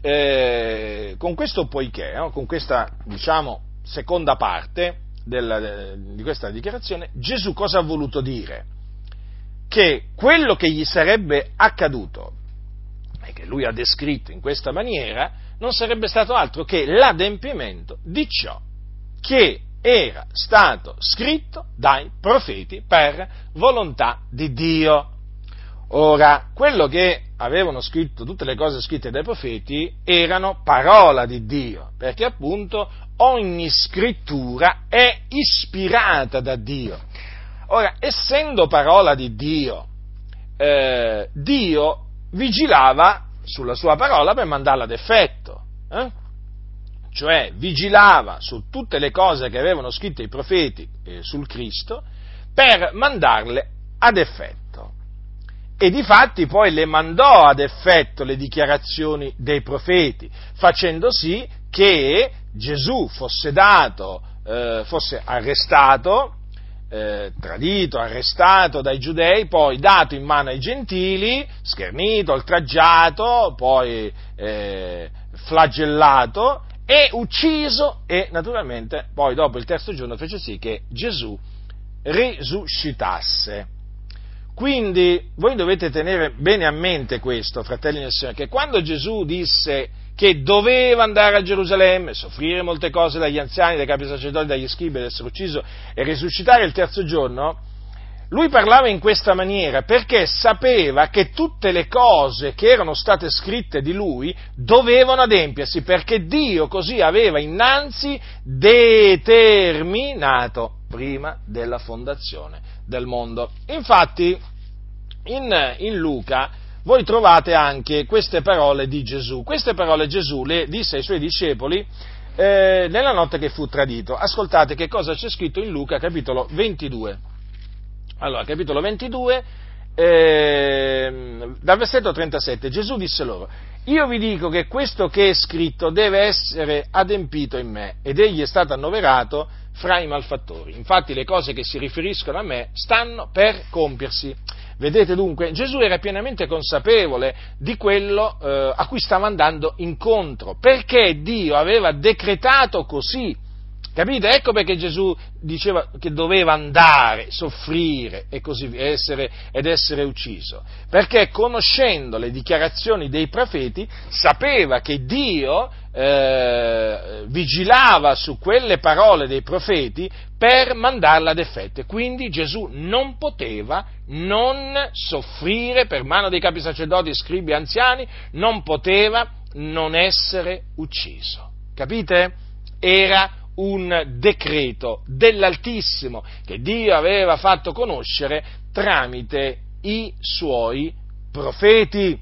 eh, con questo poiché, no, con questa, diciamo, seconda parte della, di questa dichiarazione, Gesù cosa ha voluto dire? Che quello che gli sarebbe accaduto, e che lui ha descritto in questa maniera, non sarebbe stato altro che l'adempimento di ciò che era stato scritto dai profeti per volontà di Dio. Ora, quello che avevano scritto, tutte le cose scritte dai profeti, erano parola di Dio, perché appunto ogni scrittura è ispirata da Dio. Ora, essendo parola di Dio, eh, Dio vigilava sulla sua parola per mandarla ad effetto, eh? Cioè vigilava su tutte le cose che avevano scritto i profeti eh, sul Cristo per mandarle ad effetto. E difatti poi le mandò ad effetto le dichiarazioni dei profeti, facendo sì che Gesù fosse dato, eh, fosse arrestato, eh, tradito, arrestato dai giudei, poi dato in mano ai gentili, schernito, oltraggiato, poi eh, flagellato e ucciso, e naturalmente poi dopo il terzo giorno fece sì che Gesù risuscitasse. Quindi voi dovete tenere bene a mente questo, fratelli nel Signore, che quando Gesù disse che doveva andare a Gerusalemme, soffrire molte cose dagli anziani, dai capi sacerdoti, dagli scribi, ed essere ucciso e risuscitare il terzo giorno, lui parlava in questa maniera perché sapeva che tutte le cose che erano state scritte di lui dovevano adempiersi, perché Dio così aveva innanzi determinato prima della fondazione del mondo. Infatti, in, in Luca voi trovate anche queste parole di Gesù. Queste parole Gesù le disse ai suoi discepoli eh, nella notte che fu tradito. Ascoltate che cosa c'è scritto in Luca, capitolo ventidue. Allora, capitolo ventidue, eh, dal versetto trentasette, Gesù disse loro: io vi dico che questo che è scritto deve essere adempito in me, ed egli è stato annoverato fra i malfattori. Infatti le cose che si riferiscono a me stanno per compiersi. Vedete dunque, Gesù era pienamente consapevole di quello eh, a cui stava andando incontro, perché Dio aveva decretato così. Capite? Ecco perché Gesù diceva che doveva andare, soffrire e così via, essere, ed essere ucciso. Perché conoscendo le dichiarazioni dei profeti sapeva che Dio eh, vigilava su quelle parole dei profeti per mandarla ad effetto. Quindi Gesù non poteva non soffrire per mano dei capi sacerdoti, scribi e anziani, non poteva non essere ucciso. Capite? Era un decreto dell'Altissimo che Dio aveva fatto conoscere tramite i suoi profeti.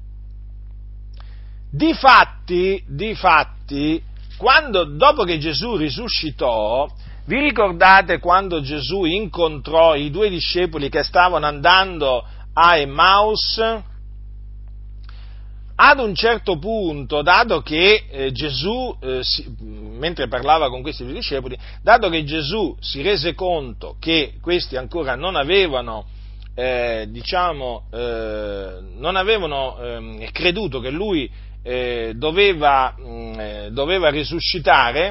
Difatti, difatti, quando, dopo che Gesù risuscitò, vi ricordate quando Gesù incontrò i due discepoli che stavano andando a Emmaus? Ad un certo punto, dato che eh, Gesù, eh, si, mentre parlava con questi due discepoli, dato che Gesù si rese conto che questi ancora non avevano, eh, diciamo, eh, non avevano eh, creduto che lui eh, doveva, mh, doveva risuscitare,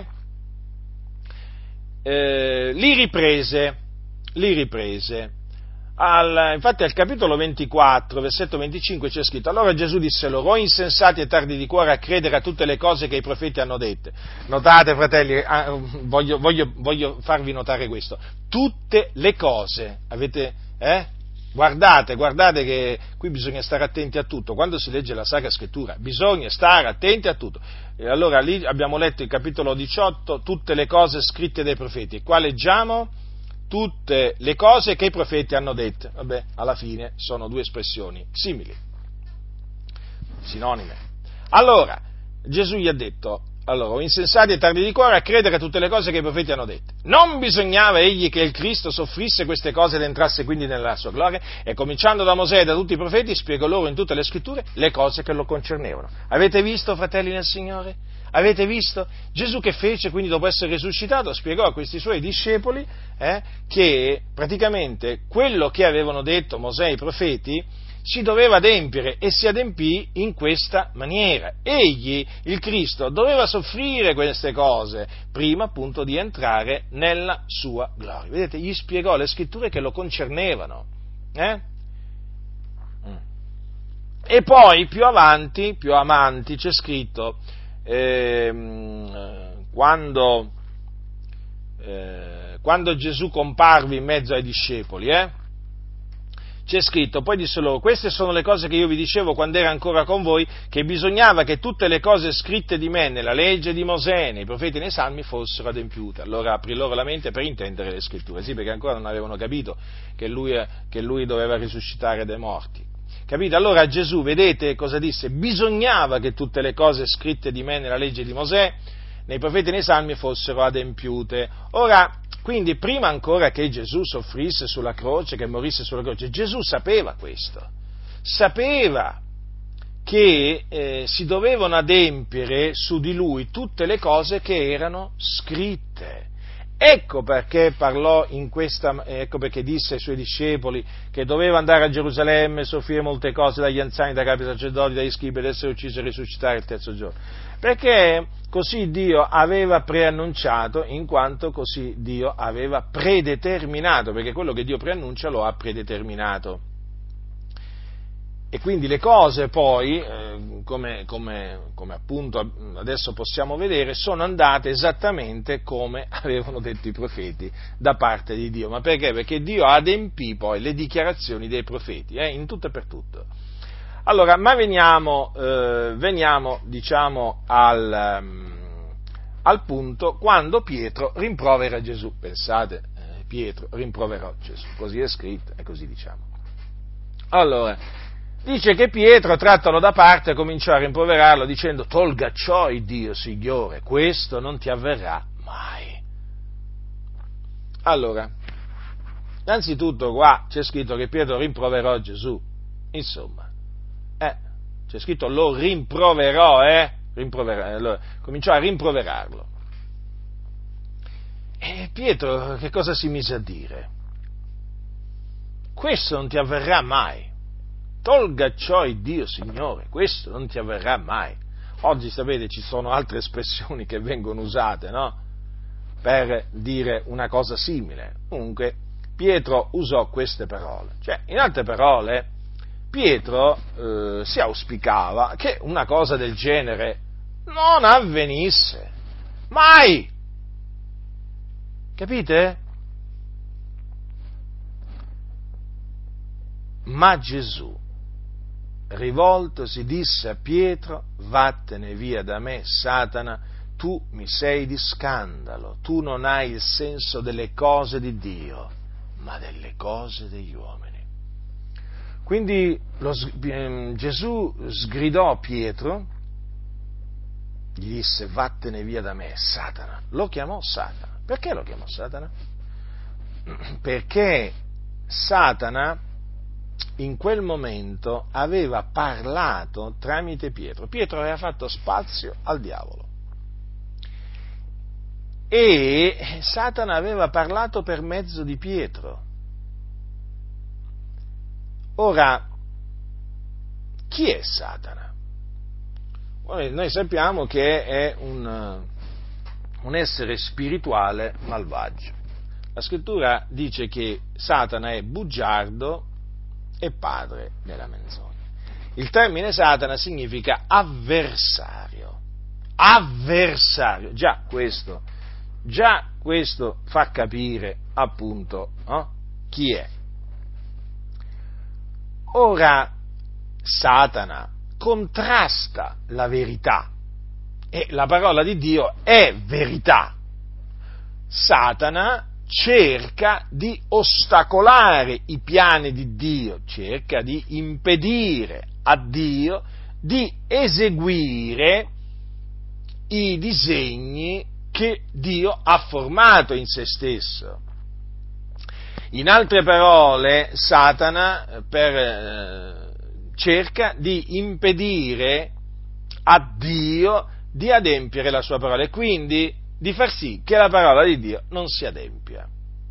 eh, li riprese, li riprese. Al, infatti al capitolo ventiquattro, versetto venticinque c'è scritto: allora Gesù disse loro: o insensati e tardi di cuore a credere a tutte le cose che i profeti hanno dette. Notate, fratelli, ah, voglio, voglio, voglio farvi notare questo: tutte le cose, avete, eh? Guardate, guardate che qui bisogna stare attenti a tutto. Quando si legge la Sacra Scrittura bisogna stare attenti a tutto. E allora lì abbiamo letto il capitolo diciotto, tutte le cose scritte dai profeti. Qua leggiamo tutte le cose che i profeti hanno dette. Vabbè, alla fine sono due espressioni simili, sinonime. Allora, Gesù gli ha detto: allora, o insensati e tardi di cuore a credere a tutte le cose che i profeti hanno dette. Non bisognava egli che il Cristo soffrisse queste cose ed entrasse quindi nella sua gloria? E cominciando da Mosè e da tutti i profeti, spiegò loro in tutte le scritture le cose che lo concernevano. Avete visto, fratelli nel Signore? Avete visto? Gesù che fece, quindi dopo essere risuscitato, spiegò a questi suoi discepoli eh, che praticamente quello che avevano detto Mosè e i profeti si doveva adempiere, e si adempì in questa maniera. Egli, il Cristo, doveva soffrire queste cose prima appunto di entrare nella sua gloria. Vedete, gli spiegò le scritture che lo concernevano. Eh? E poi più avanti, più avanti c'è scritto ehm, quando, eh, quando Gesù comparve in mezzo ai discepoli, eh, c'è scritto, poi disse loro: queste sono le cose che io vi dicevo quando ero ancora con voi, che bisognava che tutte le cose scritte di me nella legge di Mosè, nei profeti e nei salmi fossero adempiute. Allora aprì loro la mente per intendere le scritture, sì, perché ancora non avevano capito che lui, che lui doveva risuscitare dai morti. Capite? Allora Gesù, vedete cosa disse? Bisognava che tutte le cose scritte di me nella legge di Mosè, nei profeti e nei salmi fossero adempiute. Ora, quindi prima ancora che Gesù soffrisse sulla croce, che morisse sulla croce, Gesù sapeva questo, sapeva che eh, si dovevano adempiere su di lui tutte le cose che erano scritte. Ecco perché parlò in questa, ecco perché disse ai suoi discepoli che doveva andare a Gerusalemme, soffrire molte cose dagli anziani, dai capi sacerdoti, dagli scribi, ed essere ucciso e risuscitare il terzo giorno. Perché così Dio aveva preannunciato, in quanto così Dio aveva predeterminato, perché quello che Dio preannuncia lo ha predeterminato. E quindi le cose poi, eh, come, come, come appunto adesso possiamo vedere, sono andate esattamente come avevano detto i profeti da parte di Dio. Ma perché? Perché Dio adempì poi le dichiarazioni dei profeti, eh, in tutto e per tutto. Allora, ma veniamo, eh, veniamo diciamo, al, um, al punto quando Pietro rimprovera Gesù. Pensate, eh, Pietro rimproverò Gesù, così è scritto e così diciamo. Allora, dice che Pietro, trattalo da parte, cominciò a rimproverarlo dicendo: tolga ciò il Dio, Signore, questo non ti avverrà mai. Allora, innanzitutto qua c'è scritto che Pietro rimproverò Gesù, insomma, eh, c'è scritto lo rimproverò, eh, rimproverò, allora, cominciò a rimproverarlo. E Pietro che cosa si mise a dire? Questo non ti avverrà mai. Tolga ciò il Dio, Signore, questo non ti avverrà mai. Oggi, sapete, ci sono altre espressioni che vengono usate, no? Per dire una cosa simile. Comunque, Pietro usò queste parole. Cioè, in altre parole, Pietro eh, si auspicava che una cosa del genere non avvenisse. Mai! Capite? Ma Gesù, rivoltosi, disse a Pietro: vattene via da me, Satana, tu mi sei di scandalo, tu non hai il senso delle cose di Dio, ma delle cose degli uomini. Quindi lo, eh, Gesù sgridò Pietro, gli disse: vattene via da me, Satana. Lo chiamò Satana. Perché lo chiamò Satana? Perché Satana in quel momento aveva parlato tramite Pietro. Pietro aveva fatto spazio al diavolo e Satana aveva parlato per mezzo di Pietro. Ora, chi è Satana? Noi sappiamo che è un, un essere spirituale malvagio. La scrittura dice che Satana è bugiardo e padre della menzogna. Il termine Satana significa avversario. Avversario. Già questo, già questo fa capire appunto no? chi è. Ora, Satana contrasta la verità e la parola di Dio è verità. Satana cerca di ostacolare i piani di Dio, cerca di impedire a Dio di eseguire i disegni che Dio ha formato in se stesso. In altre parole, Satana per, eh, cerca di impedire a Dio di adempiere la sua parola e quindi di far sì che la parola di Dio non si adempia.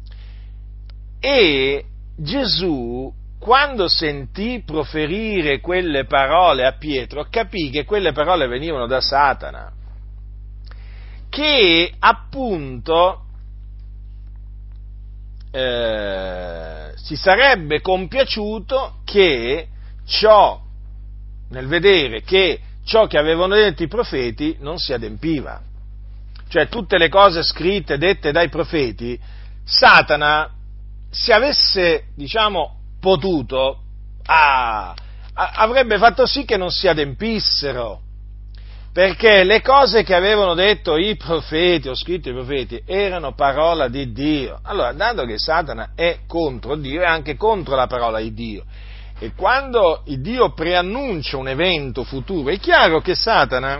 E Gesù, quando sentì proferire quelle parole a Pietro, capì che quelle parole venivano da Satana, che appunto eh, si sarebbe compiaciuto che ciò, nel vedere che ciò che avevano detto i profeti non si adempiva. Cioè tutte le cose scritte, dette dai profeti, Satana, se avesse, diciamo, potuto, ah, avrebbe fatto sì che non si adempissero, perché le cose che avevano detto i profeti, o scritto i profeti, erano parola di Dio. Allora, dato che Satana è contro Dio, è anche contro la parola di Dio, e quando Dio preannuncia un evento futuro, è chiaro che Satana,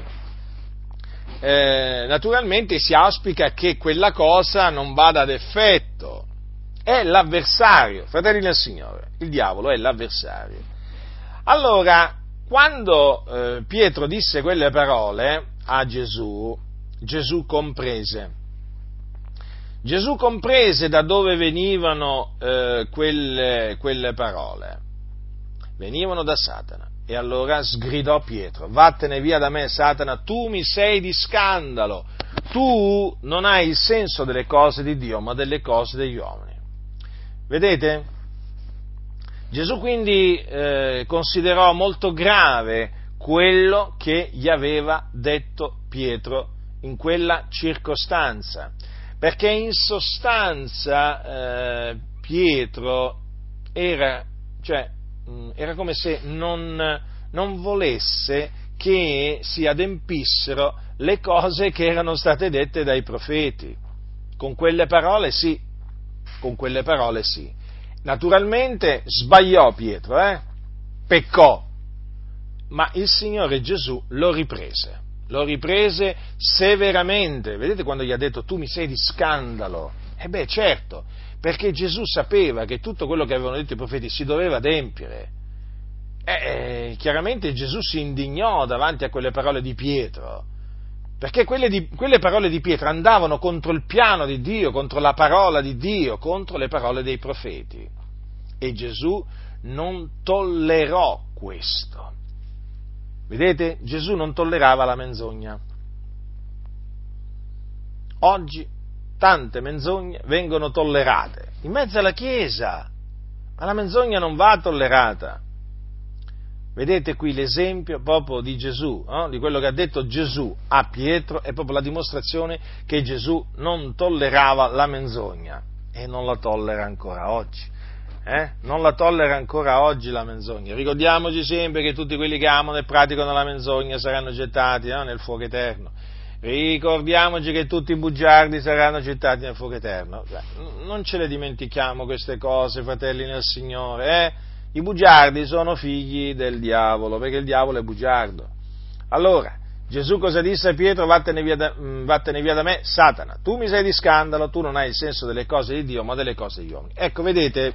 eh, naturalmente si auspica che quella cosa non vada ad effetto. È l'avversario, fratelli del Signore, il diavolo è l'avversario. Allora, quando eh, Pietro disse quelle parole a Gesù, Gesù comprese. Gesù comprese da dove venivano eh, quelle, quelle parole. Venivano da Satana. E allora sgridò Pietro: vattene via da me, Satana, tu mi sei di scandalo. Tu non hai il senso delle cose di Dio, ma delle cose degli uomini. Vedete? Gesù quindi eh, considerò molto grave quello che gli aveva detto Pietro in quella circostanza, perché in sostanza eh, Pietro era, cioè, mh, era come se non, non volesse che si adempissero le cose che erano state dette dai profeti. Con quelle parole sì, con quelle parole sì. Naturalmente sbagliò Pietro, eh? Peccò, ma il Signore Gesù lo riprese, lo riprese severamente. Vedete quando gli ha detto tu mi sei di scandalo? E beh, certo, perché Gesù sapeva che tutto quello che avevano detto i profeti si doveva adempiere. E chiaramente Gesù si indignò davanti a quelle parole di Pietro, perché quelle, di, quelle parole di Pietro andavano contro il piano di Dio, contro la parola di Dio, contro le parole dei profeti. E Gesù non tollerò questo. Vedete? Gesù non tollerava la menzogna. Oggi tante menzogne vengono tollerate in mezzo alla Chiesa, ma la menzogna non va tollerata. Vedete qui l'esempio proprio di Gesù, no? Di quello che ha detto Gesù a Pietro, è proprio la dimostrazione che Gesù non tollerava la menzogna e non la tollera ancora oggi. Eh? Non la tollera ancora oggi la menzogna. Ricordiamoci sempre che tutti quelli che amano e praticano la menzogna saranno gettati, no? Nel fuoco eterno. Ricordiamoci che tutti i bugiardi saranno gettati nel fuoco eterno. Non ce le dimentichiamo queste cose, fratelli nel Signore, eh? I bugiardi sono figli del diavolo, perché il diavolo è bugiardo. Allora, Gesù cosa disse a Pietro? Vattene via, da, vattene via da me, Satana, tu mi sei di scandalo, tu non hai il senso delle cose di Dio, ma delle cose degli uomini. Ecco, vedete,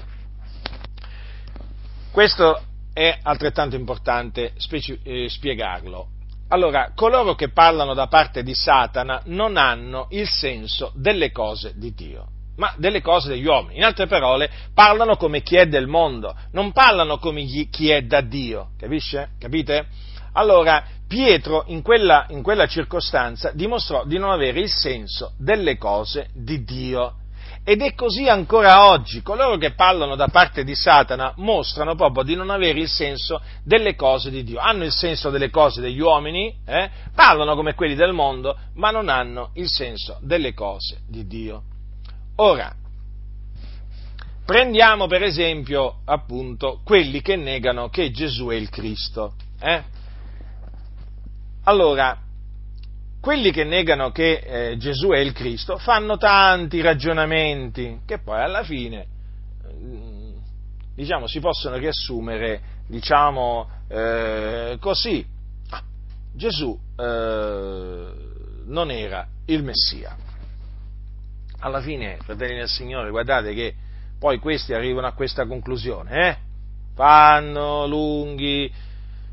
questo è altrettanto importante speci- eh, spiegarlo. Allora, coloro che parlano da parte di Satana non hanno il senso delle cose di Dio, ma delle cose degli uomini. In altre parole, parlano come chi è del mondo, non parlano come chi è da Dio, capisce? Capite? Allora, Pietro in quella, in quella circostanza dimostrò di non avere il senso delle cose di Dio. Ed è così ancora oggi. Coloro che parlano da parte di Satana mostrano proprio di non avere il senso delle cose di Dio. Hanno il senso delle cose degli uomini, eh? Parlano come quelli del mondo, ma non hanno il senso delle cose di Dio. Ora, prendiamo per esempio appunto quelli che negano che Gesù è il Cristo. Eh? Allora, quelli che negano che eh, Gesù è il Cristo fanno tanti ragionamenti che poi alla fine, eh, diciamo, si possono riassumere, diciamo, eh, così. Ah, Gesù eh, non era il Messia. Alla fine, fratelli del Signore, guardate che poi questi arrivano a questa conclusione, eh? Fanno lunghi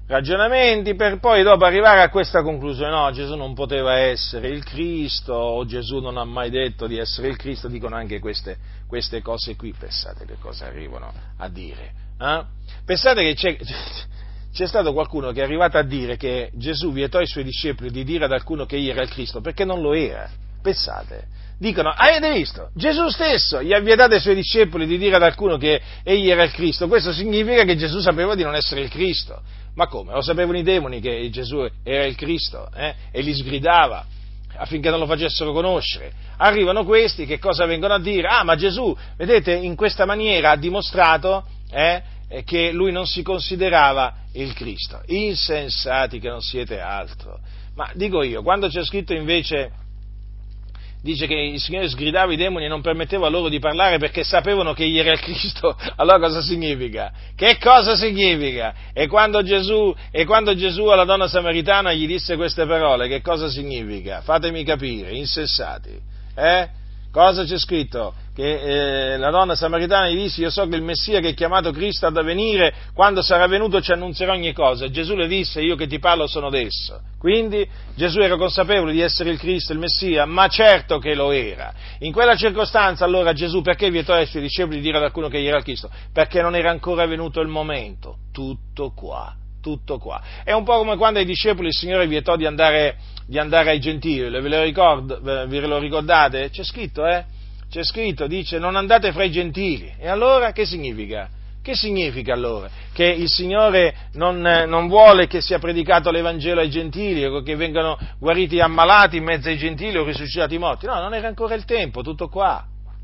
ragionamenti per poi dopo arrivare a questa conclusione: no, Gesù non poteva essere il Cristo, o Gesù non ha mai detto di essere il Cristo. Dicono anche queste, queste cose qui. Pensate che cosa arrivano a dire, eh? Pensate che c'è, c'è stato qualcuno che è arrivato a dire che Gesù vietò ai suoi discepoli di dire ad alcuno che egli era il Cristo, perché non lo era. Pensate. Dicono: avete visto? Gesù stesso gli ha vietato ai suoi discepoli di dire ad alcuno che egli era il Cristo. Questo significa che Gesù sapeva di non essere il Cristo. Ma come? Lo sapevano i demoni che Gesù era il Cristo, eh? E li sgridava affinché non lo facessero conoscere. Arrivano questi, che cosa vengono a dire? Ah, ma Gesù, vedete, in questa maniera ha dimostrato eh, che lui non si considerava il Cristo. Insensati che non siete altro. Ma dico io, quando c'è scritto invece, dice che il Signore sgridava i demoni e non permetteva loro di parlare perché sapevano che egli era il Cristo, allora cosa significa? Che cosa significa? E quando Gesù, e quando Gesù alla donna samaritana gli disse queste parole, che cosa significa? Fatemi capire, insensati, eh? Cosa c'è scritto? Che eh, la donna samaritana gli disse: io so che il Messia che è chiamato Cristo ha da venire, quando sarà venuto ci annunzierà ogni cosa. E Gesù le disse: io che ti parlo sono d'esso. Quindi Gesù era consapevole di essere il Cristo, il Messia, ma certo che lo era. In quella circostanza allora Gesù perché vietò ai suoi discepoli di dire ad alcuno che egli era il Cristo? Perché non era ancora venuto il momento. Tutto qua. Tutto qua. È un po' come quando ai discepoli il Signore vietò di andare, di andare ai gentili, ve lo, ricordo, ve lo ricordate? C'è scritto, eh? C'è scritto, dice: non andate fra i gentili. E allora che significa? Che significa allora? Che il Signore non, non vuole che sia predicato l'Evangelo ai gentili, o che vengano guariti gli ammalati in mezzo ai gentili o risuscitati i morti? No, non era ancora il tempo, tutto qua.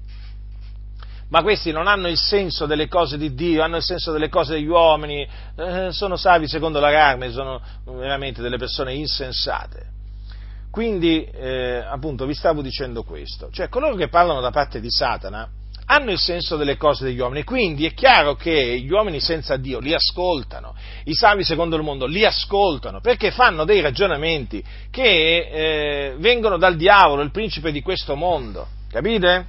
Ma questi non hanno il senso delle cose di Dio, hanno il senso delle cose degli uomini, eh, sono savi secondo la carne, sono veramente delle persone insensate. Quindi, eh, appunto, vi stavo dicendo questo, cioè coloro che parlano da parte di Satana hanno il senso delle cose degli uomini, quindi è chiaro che gli uomini senza Dio li ascoltano, i savi secondo il mondo li ascoltano, perché fanno dei ragionamenti che eh, vengono dal diavolo, il principe di questo mondo, capite?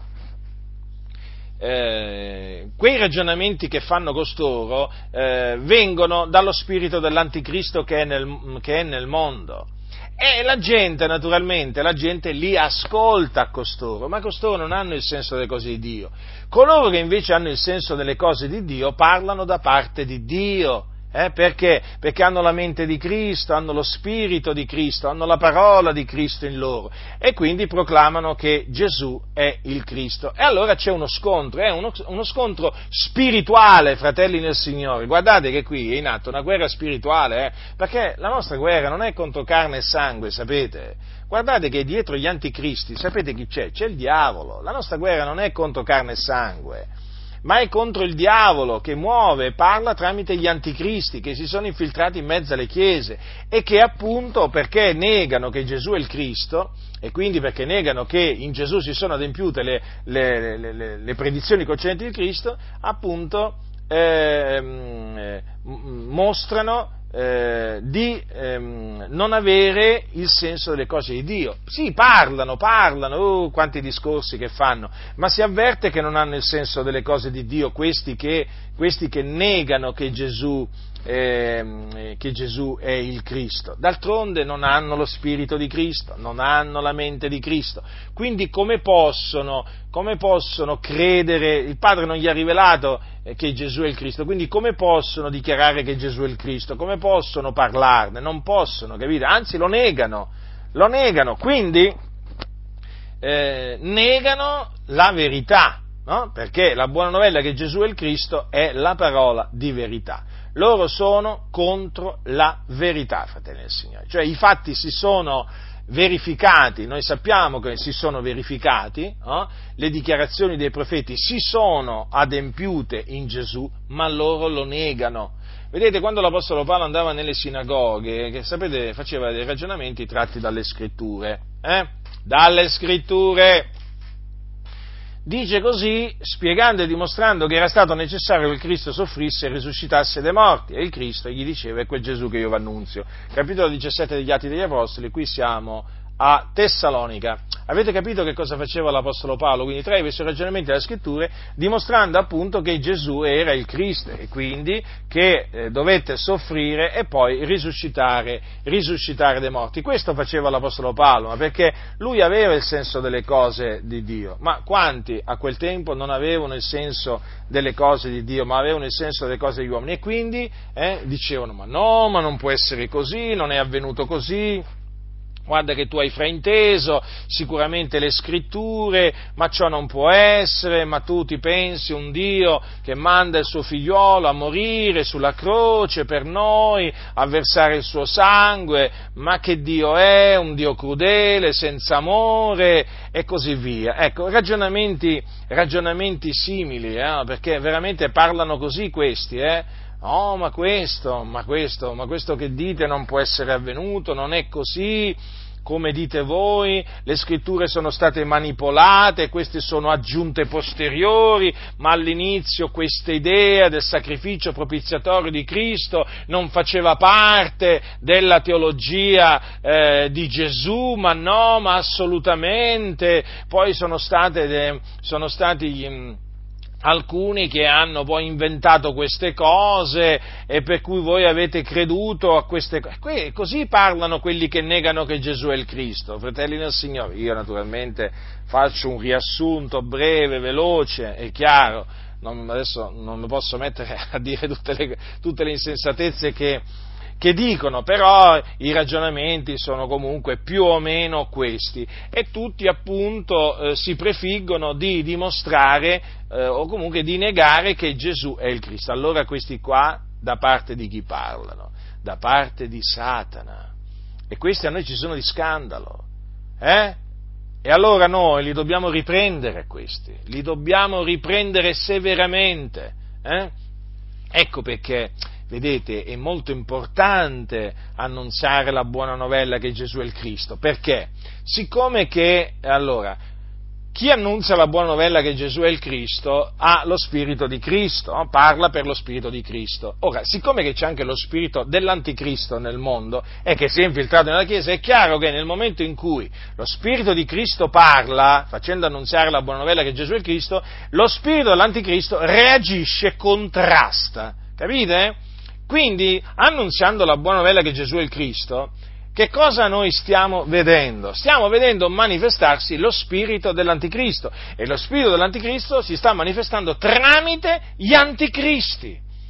Eh, quei ragionamenti che fanno costoro eh, vengono dallo spirito dell'anticristo che è, nel, che è nel mondo, e la gente naturalmente la gente li ascolta a costoro, ma costoro non hanno il senso delle cose di Dio. Coloro che invece hanno il senso delle cose di Dio parlano da parte di Dio. Eh, perché? Perché hanno la mente di Cristo, hanno lo spirito di Cristo, hanno la parola di Cristo in loro, e quindi proclamano che Gesù è il Cristo. E allora c'è uno scontro, è uno, uno scontro spirituale, fratelli nel Signore. Guardate che qui è in atto una guerra spirituale, eh, perché la nostra guerra non è contro carne e sangue, sapete? Guardate che dietro gli anticristi, sapete chi c'è? C'è il diavolo. La nostra guerra non è contro carne e sangue, ma è contro il diavolo che muove e parla tramite gli anticristi che si sono infiltrati in mezzo alle chiese e che appunto, perché negano che Gesù è il Cristo, e quindi perché negano che in Gesù si sono adempiute le, le, le, le, le predizioni concernenti il Cristo, appunto eh, mostrano Eh, di ehm, non avere il senso delle cose di Dio. Sì, parlano, parlano, oh, quanti discorsi che fanno, ma si avverte che non hanno il senso delle cose di Dio, questi che, questi che negano che Gesù, eh, che Gesù è il Cristo. D'altronde non hanno lo spirito di Cristo, non hanno la mente di Cristo, quindi come possono, come possono credere? Il Padre non gli ha rivelato che Gesù è il Cristo, quindi come possono dichiarare che Gesù è il Cristo? Come possono parlarne? Non possono, capite? Anzi lo negano, lo negano, quindi eh, negano la verità, no? Perché la buona novella che Gesù è il Cristo è la parola di verità. Loro sono contro la verità, fratelli del Signore, cioè i fatti si sono verificati, noi sappiamo che si sono verificati, eh? Le dichiarazioni dei profeti si sono adempiute in Gesù, ma loro lo negano. Vedete, quando l'Apostolo Paolo andava nelle sinagoghe, che sapete, faceva dei ragionamenti tratti dalle scritture, eh? Dalle scritture, dice così, spiegando e dimostrando che era stato necessario che il Cristo soffrisse e risuscitasse dai morti, e il Cristo gli diceva: è quel Gesù che io vi annunzio. Capitolo diciassette degli Atti degli Apostoli, qui siamo a Tessalonica. Avete capito che cosa faceva l'Apostolo Paolo? Quindi trae questi ragionamenti dalle Scritture, dimostrando appunto che Gesù era il Cristo e quindi che eh, dovette soffrire e poi risuscitare, risuscitare dai morti. Questo faceva l'Apostolo Paolo, ma perché lui aveva il senso delle cose di Dio. Ma quanti a quel tempo non avevano il senso delle cose di Dio, ma avevano il senso delle cose degli uomini? E quindi eh, dicevano, ma no, ma non può essere così, non è avvenuto così. Guarda che tu hai frainteso sicuramente le scritture, ma ciò non può essere, ma tu ti pensi un Dio che manda il suo figliolo a morire sulla croce per noi, a versare il suo sangue, ma che Dio è? Un Dio crudele, senza amore e così via. Ecco, ragionamenti, ragionamenti simili, eh, perché veramente parlano così questi, eh? Oh, ma questo, ma questo, ma questo che dite non può essere avvenuto, non è così come dite voi, le scritture sono state manipolate, queste sono aggiunte posteriori, ma all'inizio questa idea del sacrificio propiziatorio di Cristo non faceva parte della teologia eh, di Gesù, ma no, ma assolutamente, poi sono state, sono stati gli, alcuni che hanno poi inventato queste cose e per cui voi avete creduto a queste cose. Così parlano quelli che negano che Gesù è il Cristo, fratelli del Signore. Io naturalmente faccio un riassunto breve, veloce e chiaro, non, adesso non mi posso mettere a dire tutte le, tutte le insensatezze che che dicono, però i ragionamenti sono comunque più o meno questi e tutti appunto eh, si prefiggono di dimostrare eh, o comunque di negare che Gesù è il Cristo. Allora questi qua da parte di chi parlano? Da parte di Satana, e questi a noi ci sono di scandalo, eh? E allora noi li dobbiamo riprendere questi, li dobbiamo riprendere severamente, eh? Ecco perché, vedete, è molto importante annunciare la buona novella che Gesù è il Cristo. Perché? Siccome che, allora, chi annuncia la buona novella che Gesù è il Cristo ha lo Spirito di Cristo, no? Parla per lo Spirito di Cristo. Ora, siccome che c'è anche lo Spirito dell'Anticristo nel mondo e che si è infiltrato nella Chiesa, è chiaro che nel momento in cui lo Spirito di Cristo parla, facendo annunziare la buona novella che Gesù è il Cristo, lo Spirito dell'Anticristo reagisce, contrasta. Capite? Quindi, annunziando la buona novella che Gesù è il Cristo, che cosa noi stiamo vedendo? Stiamo vedendo manifestarsi lo spirito dell'Anticristo, e lo spirito dell'Anticristo si sta manifestando tramite gli anticristi.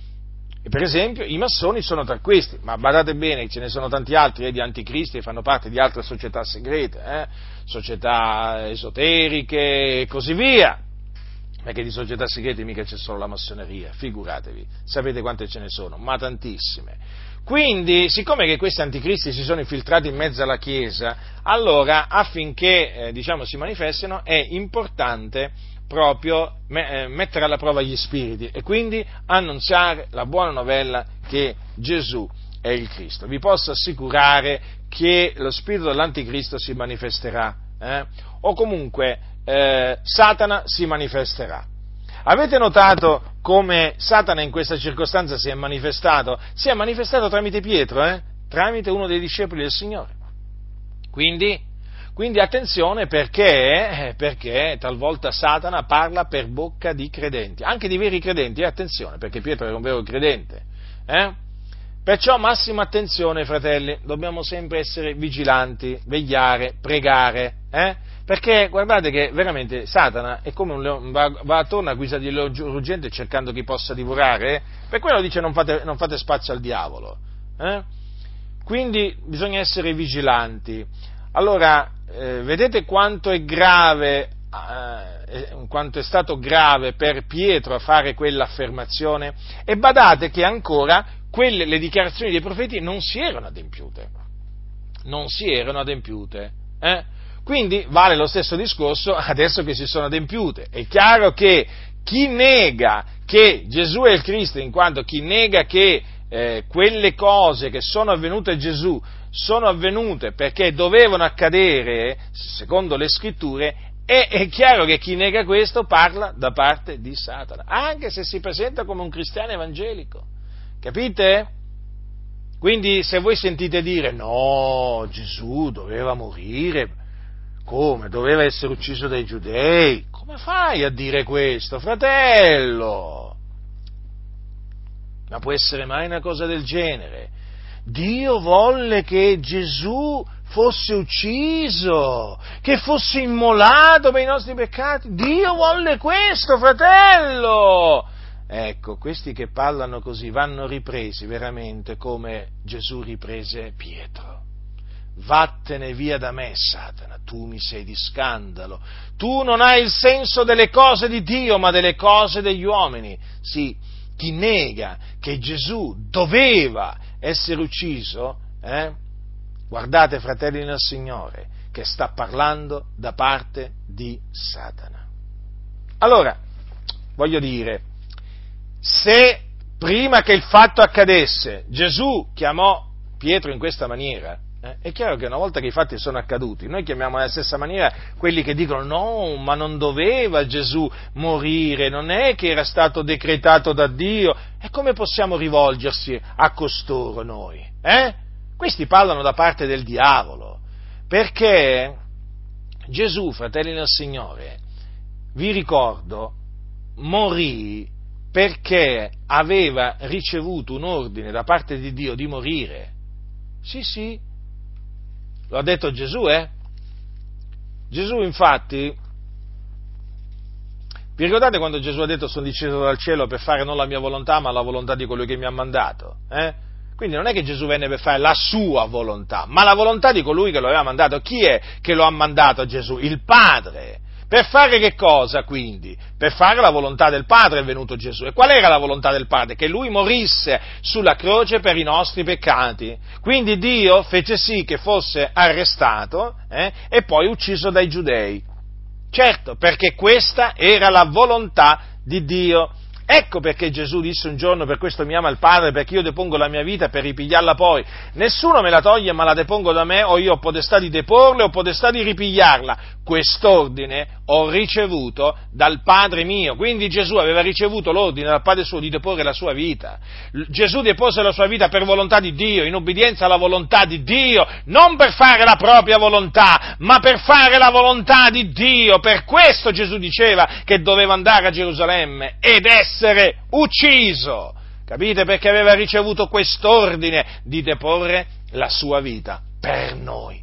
E per esempio i massoni sono tra questi, ma badate bene, ce ne sono tanti altri eh, di anticristi che fanno parte di altre società segrete, eh, società esoteriche e così via. Perché di società segrete mica c'è solo la massoneria, figuratevi, sapete quante ce ne sono, ma tantissime. Quindi, siccome che questi anticristi si sono infiltrati in mezzo alla Chiesa, allora affinché eh, diciamo, si manifestino è importante proprio me, eh, mettere alla prova gli spiriti e quindi annunziare la buona novella che Gesù è il Cristo. Vi posso assicurare che lo spirito dell'anticristo si manifesterà, eh? o comunque eh, Satana si manifesterà. Avete notato come Satana in questa circostanza si è manifestato? Si è manifestato tramite Pietro, eh? tramite uno dei discepoli del Signore. Quindi, quindi attenzione perché, perché talvolta Satana parla per bocca di credenti, anche di veri credenti, eh? attenzione, perché Pietro era un vero credente. Eh? Perciò massima attenzione, fratelli, dobbiamo sempre essere vigilanti, vegliare, pregare, eh? Perché guardate che veramente Satana è come un leone, va, va attorno a guisa di leone ruggente cercando chi possa divorare, eh? Per quello dice non fate, non fate spazio al diavolo, eh? Quindi bisogna essere vigilanti. Allora, eh, vedete quanto è grave, eh, quanto è stato grave per Pietro a fare quell'affermazione, e badate che ancora quelle, le dichiarazioni dei profeti non si erano adempiute, non si erano adempiute, eh? Quindi vale lo stesso discorso adesso che si sono adempiute. È chiaro che chi nega che Gesù è il Cristo, in quanto chi nega che eh, quelle cose che sono avvenute a Gesù sono avvenute perché dovevano accadere secondo le Scritture, è, è chiaro che chi nega questo parla da parte di Satana, anche se si presenta come un cristiano evangelico. Capite? Quindi se voi sentite dire no, Gesù doveva morire, come? Doveva essere ucciso dai giudei, come fai a dire questo, fratello? Ma può essere mai una cosa del genere? Dio volle che Gesù fosse ucciso, che fosse immolato per i nostri peccati. Dio volle questo, fratello! Ecco, questi che parlano così vanno ripresi veramente come Gesù riprese Pietro. Vattene via da me, Satana, tu mi sei di scandalo. Tu non hai il senso delle cose di Dio, ma delle cose degli uomini. Sì, chi nega che Gesù doveva essere ucciso, eh? Guardate, fratelli nel Signore, che sta parlando da parte di Satana. Allora, voglio dire, se prima che il fatto accadesse Gesù chiamò Pietro in questa maniera, eh, è chiaro che una volta che i fatti sono accaduti, noi chiamiamo nella stessa maniera quelli che dicono no, ma non doveva Gesù morire, non è che era stato decretato da Dio, e come possiamo rivolgersi a costoro noi? Eh? Questi parlano da parte del diavolo, perché Gesù, fratelli del Signore, vi ricordo, morì perché aveva ricevuto un ordine da parte di Dio di morire. Sì, sì, lo ha detto Gesù, eh? Gesù, infatti, vi ricordate quando Gesù ha detto sono disceso dal cielo per fare non la mia volontà, ma la volontà di colui che mi ha mandato, eh? Quindi non è che Gesù venne per fare la sua volontà, ma la volontà di colui che lo aveva mandato. Chi è che lo ha mandato a Gesù? Il Padre. Per fare che cosa, quindi? Per fare la volontà del Padre è venuto Gesù. E qual era la volontà del Padre? Che Lui morisse sulla croce per i nostri peccati. Quindi Dio fece sì che fosse arrestato eh, e poi ucciso dai giudei. Certo, perché questa era la volontà di Dio. Ecco perché Gesù disse un giorno: per questo mi ama il Padre, perché io depongo la mia vita per ripigliarla poi. Nessuno me la toglie, ma la depongo da me, o io ho potestà di deporla o potestà di ripigliarla. Quest'ordine ho ricevuto dal Padre mio. Quindi Gesù aveva ricevuto l'ordine dal Padre suo di deporre la sua vita. Gesù depose la sua vita per volontà di Dio, in obbedienza alla volontà di Dio, non per fare la propria volontà, ma per fare la volontà di Dio. Per questo Gesù diceva che doveva andare a Gerusalemme ed essere ucciso. Capite? Perché aveva ricevuto quest'ordine di deporre la sua vita per noi,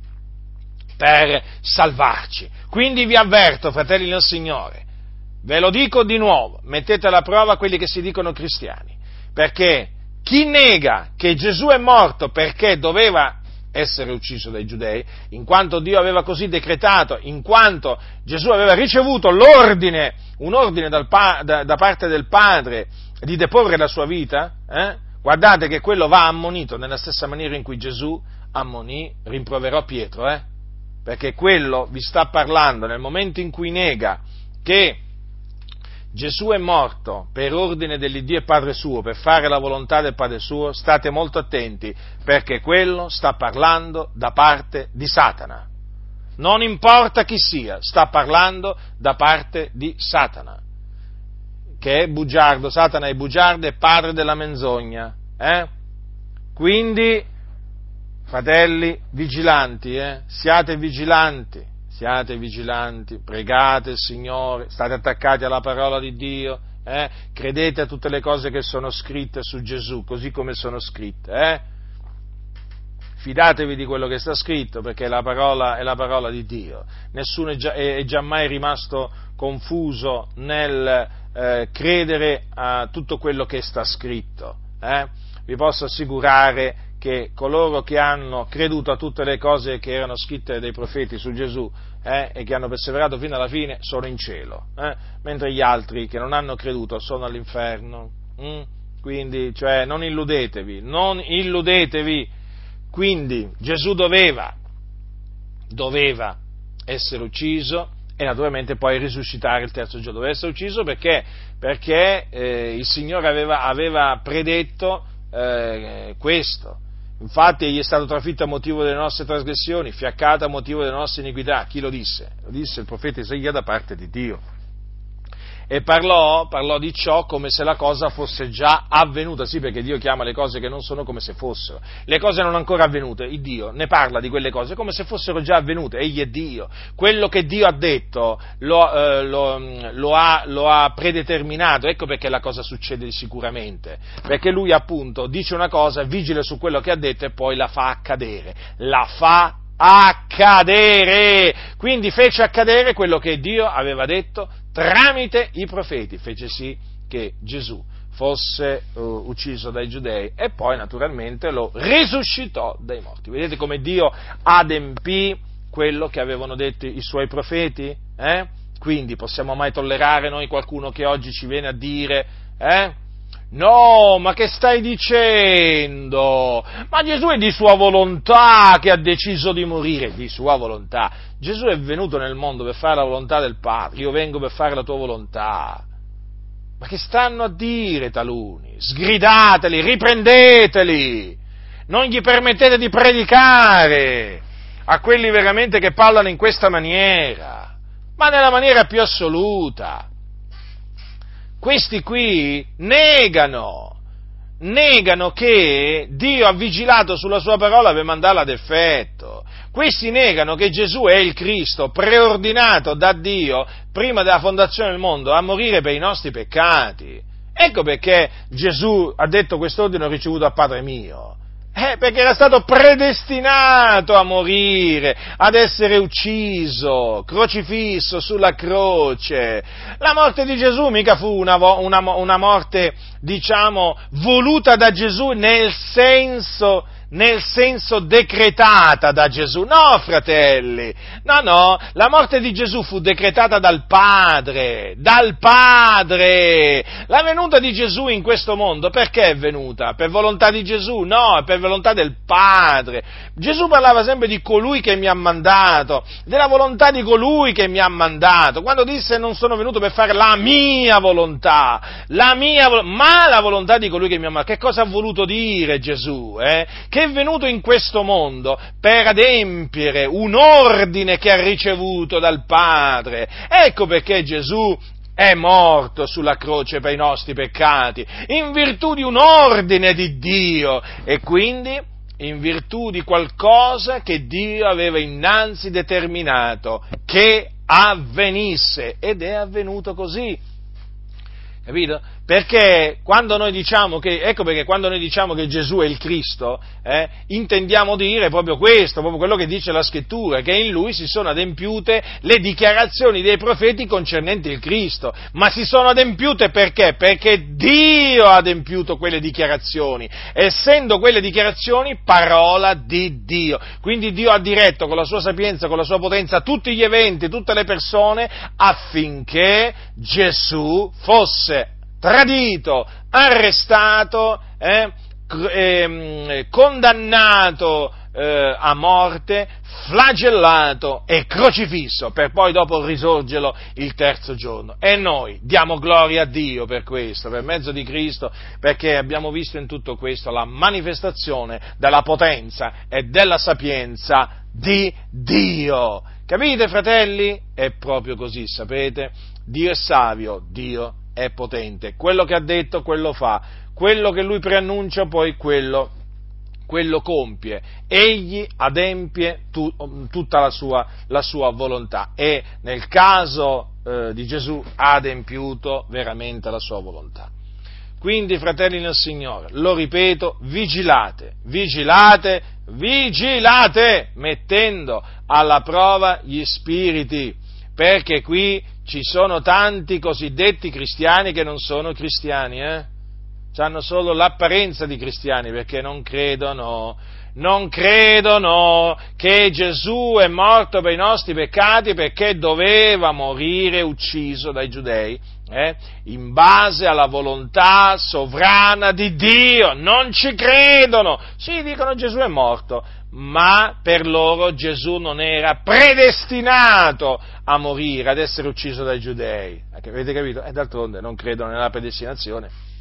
per salvarci. Quindi vi avverto, fratelli del Signore, ve lo dico di nuovo, mettete alla prova quelli che si dicono cristiani, perché chi nega che Gesù è morto perché doveva essere ucciso dai giudei, in quanto Dio aveva così decretato, in quanto Gesù aveva ricevuto l'ordine, un ordine dal, da, da parte del Padre di deporre la sua vita, eh? Guardate che quello va ammonito nella stessa maniera in cui Gesù ammonì, rimproverò Pietro, eh? Perché quello vi sta parlando nel momento in cui nega che Gesù è morto per ordine dell'Iddio e Padre suo, per fare la volontà del Padre suo. State molto attenti, perché quello sta parlando da parte di Satana. Non importa chi sia, sta parlando da parte di Satana, che è bugiardo. Satana è bugiardo e padre della menzogna. Eh? Quindi, fratelli, vigilanti, eh? siate vigilanti. Siate vigilanti, pregate il Signore, state attaccati alla parola di Dio, eh? Credete a tutte le cose che sono scritte su Gesù, così come sono scritte, eh? Fidatevi di quello che sta scritto, perché la parola è la parola di Dio. Nessuno è, già, è, è giammai rimasto confuso nel eh, credere a tutto quello che sta scritto, eh? Vi posso assicurare che coloro che hanno creduto a tutte le cose che erano scritte dai profeti su Gesù eh, e che hanno perseverato fino alla fine sono in cielo, eh, mentre gli altri che non hanno creduto sono all'inferno. Mm? Quindi, cioè, non illudetevi, non illudetevi. Quindi Gesù doveva, doveva essere ucciso e naturalmente poi risuscitare il terzo giorno. Doveva essere ucciso perché, perché eh, il Signore aveva, aveva predetto eh, questo. Infatti egli è stato trafitto a motivo delle nostre trasgressioni, fiaccato a motivo delle nostre iniquità. Chi lo disse? Lo disse il profeta Isaia da parte di Dio. e parlò, parlò di ciò come se la cosa fosse già avvenuta, sì, perché Dio chiama le cose che non sono come se fossero, le cose non ancora avvenute, il Dio ne parla di quelle cose come se fossero già avvenute, egli è Dio, quello che Dio ha detto lo, eh, lo, lo, ha, lo ha predeterminato, ecco perché la cosa succede sicuramente, perché lui appunto dice una cosa, vigile su quello che ha detto e poi la fa accadere, la fa accadere, quindi fece accadere quello che Dio aveva detto tramite i profeti, fece sì che Gesù fosse uh, ucciso dai giudei e poi naturalmente lo risuscitò dai morti. Vedete come Dio adempì quello che avevano detto i suoi profeti? Eh? Quindi possiamo mai tollerare noi qualcuno che oggi ci viene a dire eh? No, ma che stai dicendo? Ma Gesù è di sua volontà che ha deciso di morire, di sua volontà. Gesù è venuto nel mondo per fare la volontà del Padre, io vengo per fare la tua volontà. Ma che stanno a dire taluni? Sgridateli, riprendeteli, non gli permettete di predicare a quelli veramente che parlano in questa maniera, ma nella maniera più assoluta. Questi qui negano, negano che Dio ha vigilato sulla sua parola per mandarla ad effetto. Questi negano che Gesù è il Cristo, preordinato da Dio prima della fondazione del mondo a morire per i nostri peccati. Ecco perché Gesù ha detto quest'ordine ho ricevuto al Padre mio. Eh, perché era stato predestinato a morire, ad essere ucciso, crocifisso sulla croce. La morte di Gesù mica fu una, una, una morte, diciamo, voluta da Gesù nel senso, nel senso decretata da Gesù. No, fratelli, no, no, la morte di Gesù fu decretata dal Padre, dal Padre. La venuta di Gesù in questo mondo, perché è venuta? Per volontà di Gesù? No, è per volontà del Padre. Gesù parlava sempre di colui che mi ha mandato, della volontà di colui che mi ha mandato, quando disse non sono venuto per fare la mia volontà, la mia, ma la volontà di colui che mi ha mandato. Che cosa ha voluto dire Gesù? Eh? Che è venuto in questo mondo per adempiere un ordine che ha ricevuto dal Padre. Ecco perché Gesù è morto sulla croce per i nostri peccati, in virtù di un ordine di Dio e quindi in virtù di qualcosa che Dio aveva innanzi determinato che avvenisse, ed è avvenuto così. Capito? Perché quando noi diciamo che, ecco perché quando noi diciamo che Gesù è il Cristo, eh, intendiamo dire proprio questo, proprio quello che dice la Scrittura, che in Lui si sono adempiute le dichiarazioni dei profeti concernenti il Cristo. Ma si sono adempiute perché? Perché Dio ha adempiuto quelle dichiarazioni, essendo quelle dichiarazioni parola di Dio. Quindi Dio ha diretto con la sua sapienza, con la sua potenza, tutti gli eventi, tutte le persone, affinché Gesù fosse tradito, arrestato, eh, eh, condannato eh, a morte, flagellato e crocifisso, per poi dopo risorgerlo il terzo giorno. E noi diamo gloria a Dio per questo, per mezzo di Cristo, perché abbiamo visto in tutto questo la manifestazione della potenza e della sapienza di Dio. Capite, fratelli? È proprio così, sapete? Dio è savio, Dio è potente, quello che ha detto, quello fa, quello che lui preannuncia, poi quello, quello compie, egli adempie tu, tutta la sua, la sua volontà e nel caso eh, di Gesù ha adempiuto veramente la sua volontà. Quindi, fratelli nel Signore, lo ripeto, vigilate, vigilate, vigilate, mettendo alla prova gli spiriti, perché qui ci sono tanti cosiddetti cristiani che non sono cristiani, eh? Hanno solo l'apparenza di cristiani perché non credono, non credono che Gesù è morto per i nostri peccati perché doveva morire ucciso dai giudei, eh? In base alla volontà sovrana di Dio, non ci credono, sì, dicono Gesù è morto, ma per loro Gesù non era predestinato a morire, ad essere ucciso dai giudei. Avete capito? E d'altronde non credono nella predestinazione.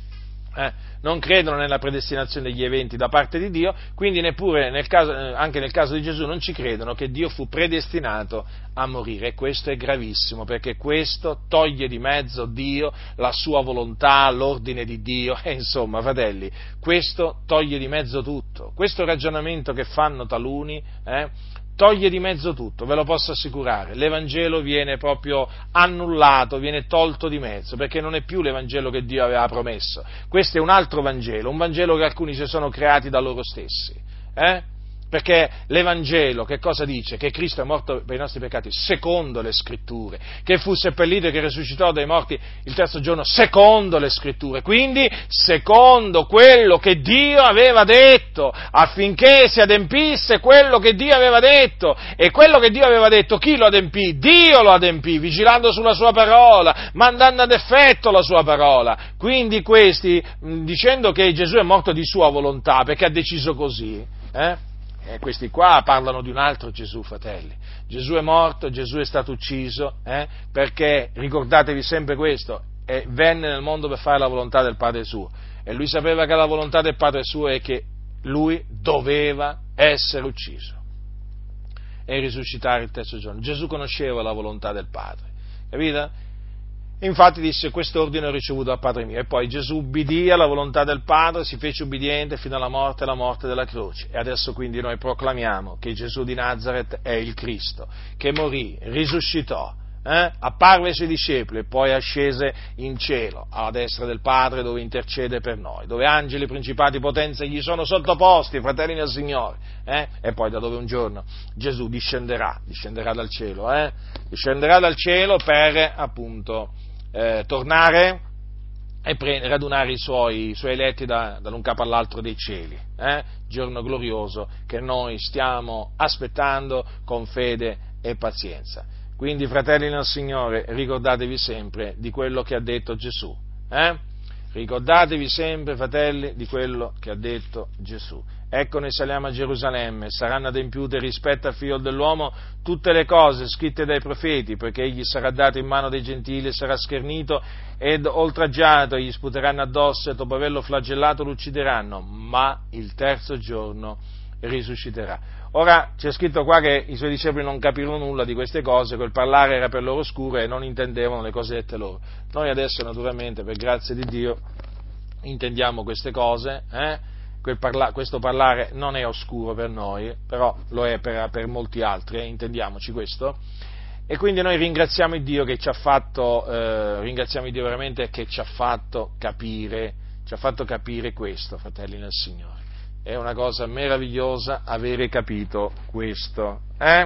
Eh, non credono nella predestinazione degli eventi da parte di Dio, quindi neppure nel caso, anche nel caso di Gesù non ci credono che Dio fu predestinato a morire, e questo è gravissimo, perché questo toglie di mezzo Dio, la sua volontà, l'ordine di Dio, e insomma, fratelli, questo toglie di mezzo tutto. Questo ragionamento che fanno taluni, eh, toglie di mezzo tutto, ve lo posso assicurare. L'Evangelo viene proprio annullato, viene tolto di mezzo, perché non è più l'Evangelo che Dio aveva promesso. Questo è un altro Vangelo, un Vangelo che alcuni si sono creati da loro stessi. Eh? Perché l'Evangelo che cosa dice? Che Cristo è morto per i nostri peccati secondo le Scritture, che fu seppellito e che risuscitò dai morti il terzo giorno secondo le Scritture, quindi secondo quello che Dio aveva detto, affinché si adempisse quello che Dio aveva detto. E quello che Dio aveva detto, chi lo adempì? Dio lo adempì, vigilando sulla sua parola, mandando ad effetto la sua parola. Quindi questi, dicendo che Gesù è morto di sua volontà, perché ha deciso così, eh? Eh, questi qua parlano di un altro Gesù, fratelli. Gesù è morto, Gesù è stato ucciso, eh, perché, ricordatevi sempre questo, eh, venne nel mondo per fare la volontà del Padre suo, e lui sapeva che la volontà del Padre suo è che lui doveva essere ucciso e risuscitare il terzo giorno. Gesù conosceva la volontà del Padre, capito? Infatti disse: questo ordine ho ricevuto dal Padre mio. E poi Gesù ubbidì alla volontà del Padre, si fece ubbidiente fino alla morte e alla morte della croce. E adesso quindi noi proclamiamo che Gesù di Nazaret è il Cristo, che morì, risuscitò, eh? apparve ai suoi discepoli e poi ascese in cielo, alla destra del Padre, dove intercede per noi, dove angeli, principati, potenze gli sono sottoposti, fratelli del Signore, eh? e poi da dove un giorno Gesù discenderà, discenderà dal cielo, eh? discenderà dal cielo per, appunto, Eh, tornare e pre- radunare i suoi, i suoi eletti da, da un capo all'altro dei cieli, eh? giorno glorioso che noi stiamo aspettando con fede e pazienza. Quindi, fratelli nel Signore, ricordatevi sempre di quello che ha detto Gesù, eh? ricordatevi sempre, fratelli, di quello che ha detto Gesù. Ecco, noi saliamo a Gerusalemme, saranno adempiute rispetto al Figlio dell'uomo tutte le cose scritte dai profeti, perché egli sarà dato in mano dei gentili, sarà schernito ed oltraggiato, e gli sputeranno addosso e dopo averlo flagellato lo uccideranno, ma il terzo giorno risusciterà. Ora, c'è scritto qua che i suoi discepoli non capirono nulla di queste cose, quel parlare era per loro oscuro e non intendevano le cose dette loro. Noi adesso, naturalmente, per grazia di Dio, intendiamo queste cose, eh? Quel parla- questo parlare non è oscuro per noi, però lo è per, per molti altri, eh? intendiamoci questo. E quindi noi ringraziamo il Dio che ci ha fatto, eh, ringraziamo il Dio veramente che ci ha fatto capire, ci ha fatto capire questo, fratelli nel Signore. È una cosa meravigliosa avere capito questo, eh?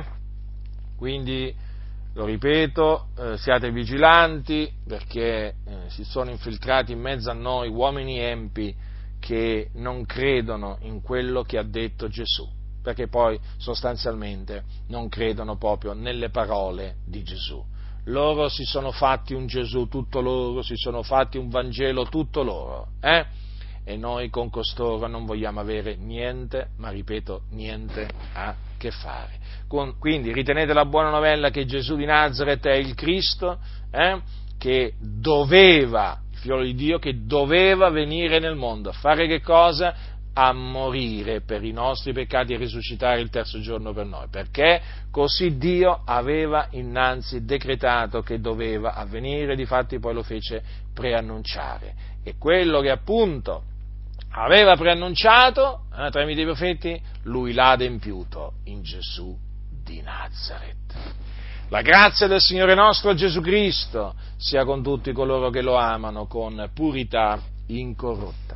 Quindi, lo ripeto, eh, siate vigilanti, perché eh, si sono infiltrati in mezzo a noi uomini empi che non credono in quello che ha detto Gesù, perché poi sostanzialmente non credono proprio nelle parole di Gesù. Loro si sono fatti un Gesù tutto loro, si sono fatti un Vangelo tutto loro, eh? E noi con costoro non vogliamo avere niente, ma ripeto, niente a che fare. Con, quindi ritenete la buona novella che Gesù di Nazaret è il Cristo, eh? che doveva, il Figlio di Dio, che doveva venire nel mondo a fare che cosa? A morire per i nostri peccati e risuscitare il terzo giorno per noi, perché così Dio aveva innanzi decretato che doveva avvenire, difatti poi lo fece preannunciare. E quello che appunto aveva preannunciato eh, tramite i profeti, lui l'ha adempiuto in Gesù di Nazaret. La grazia del Signore nostro Gesù Cristo sia con tutti coloro che lo amano con purità incorrotta.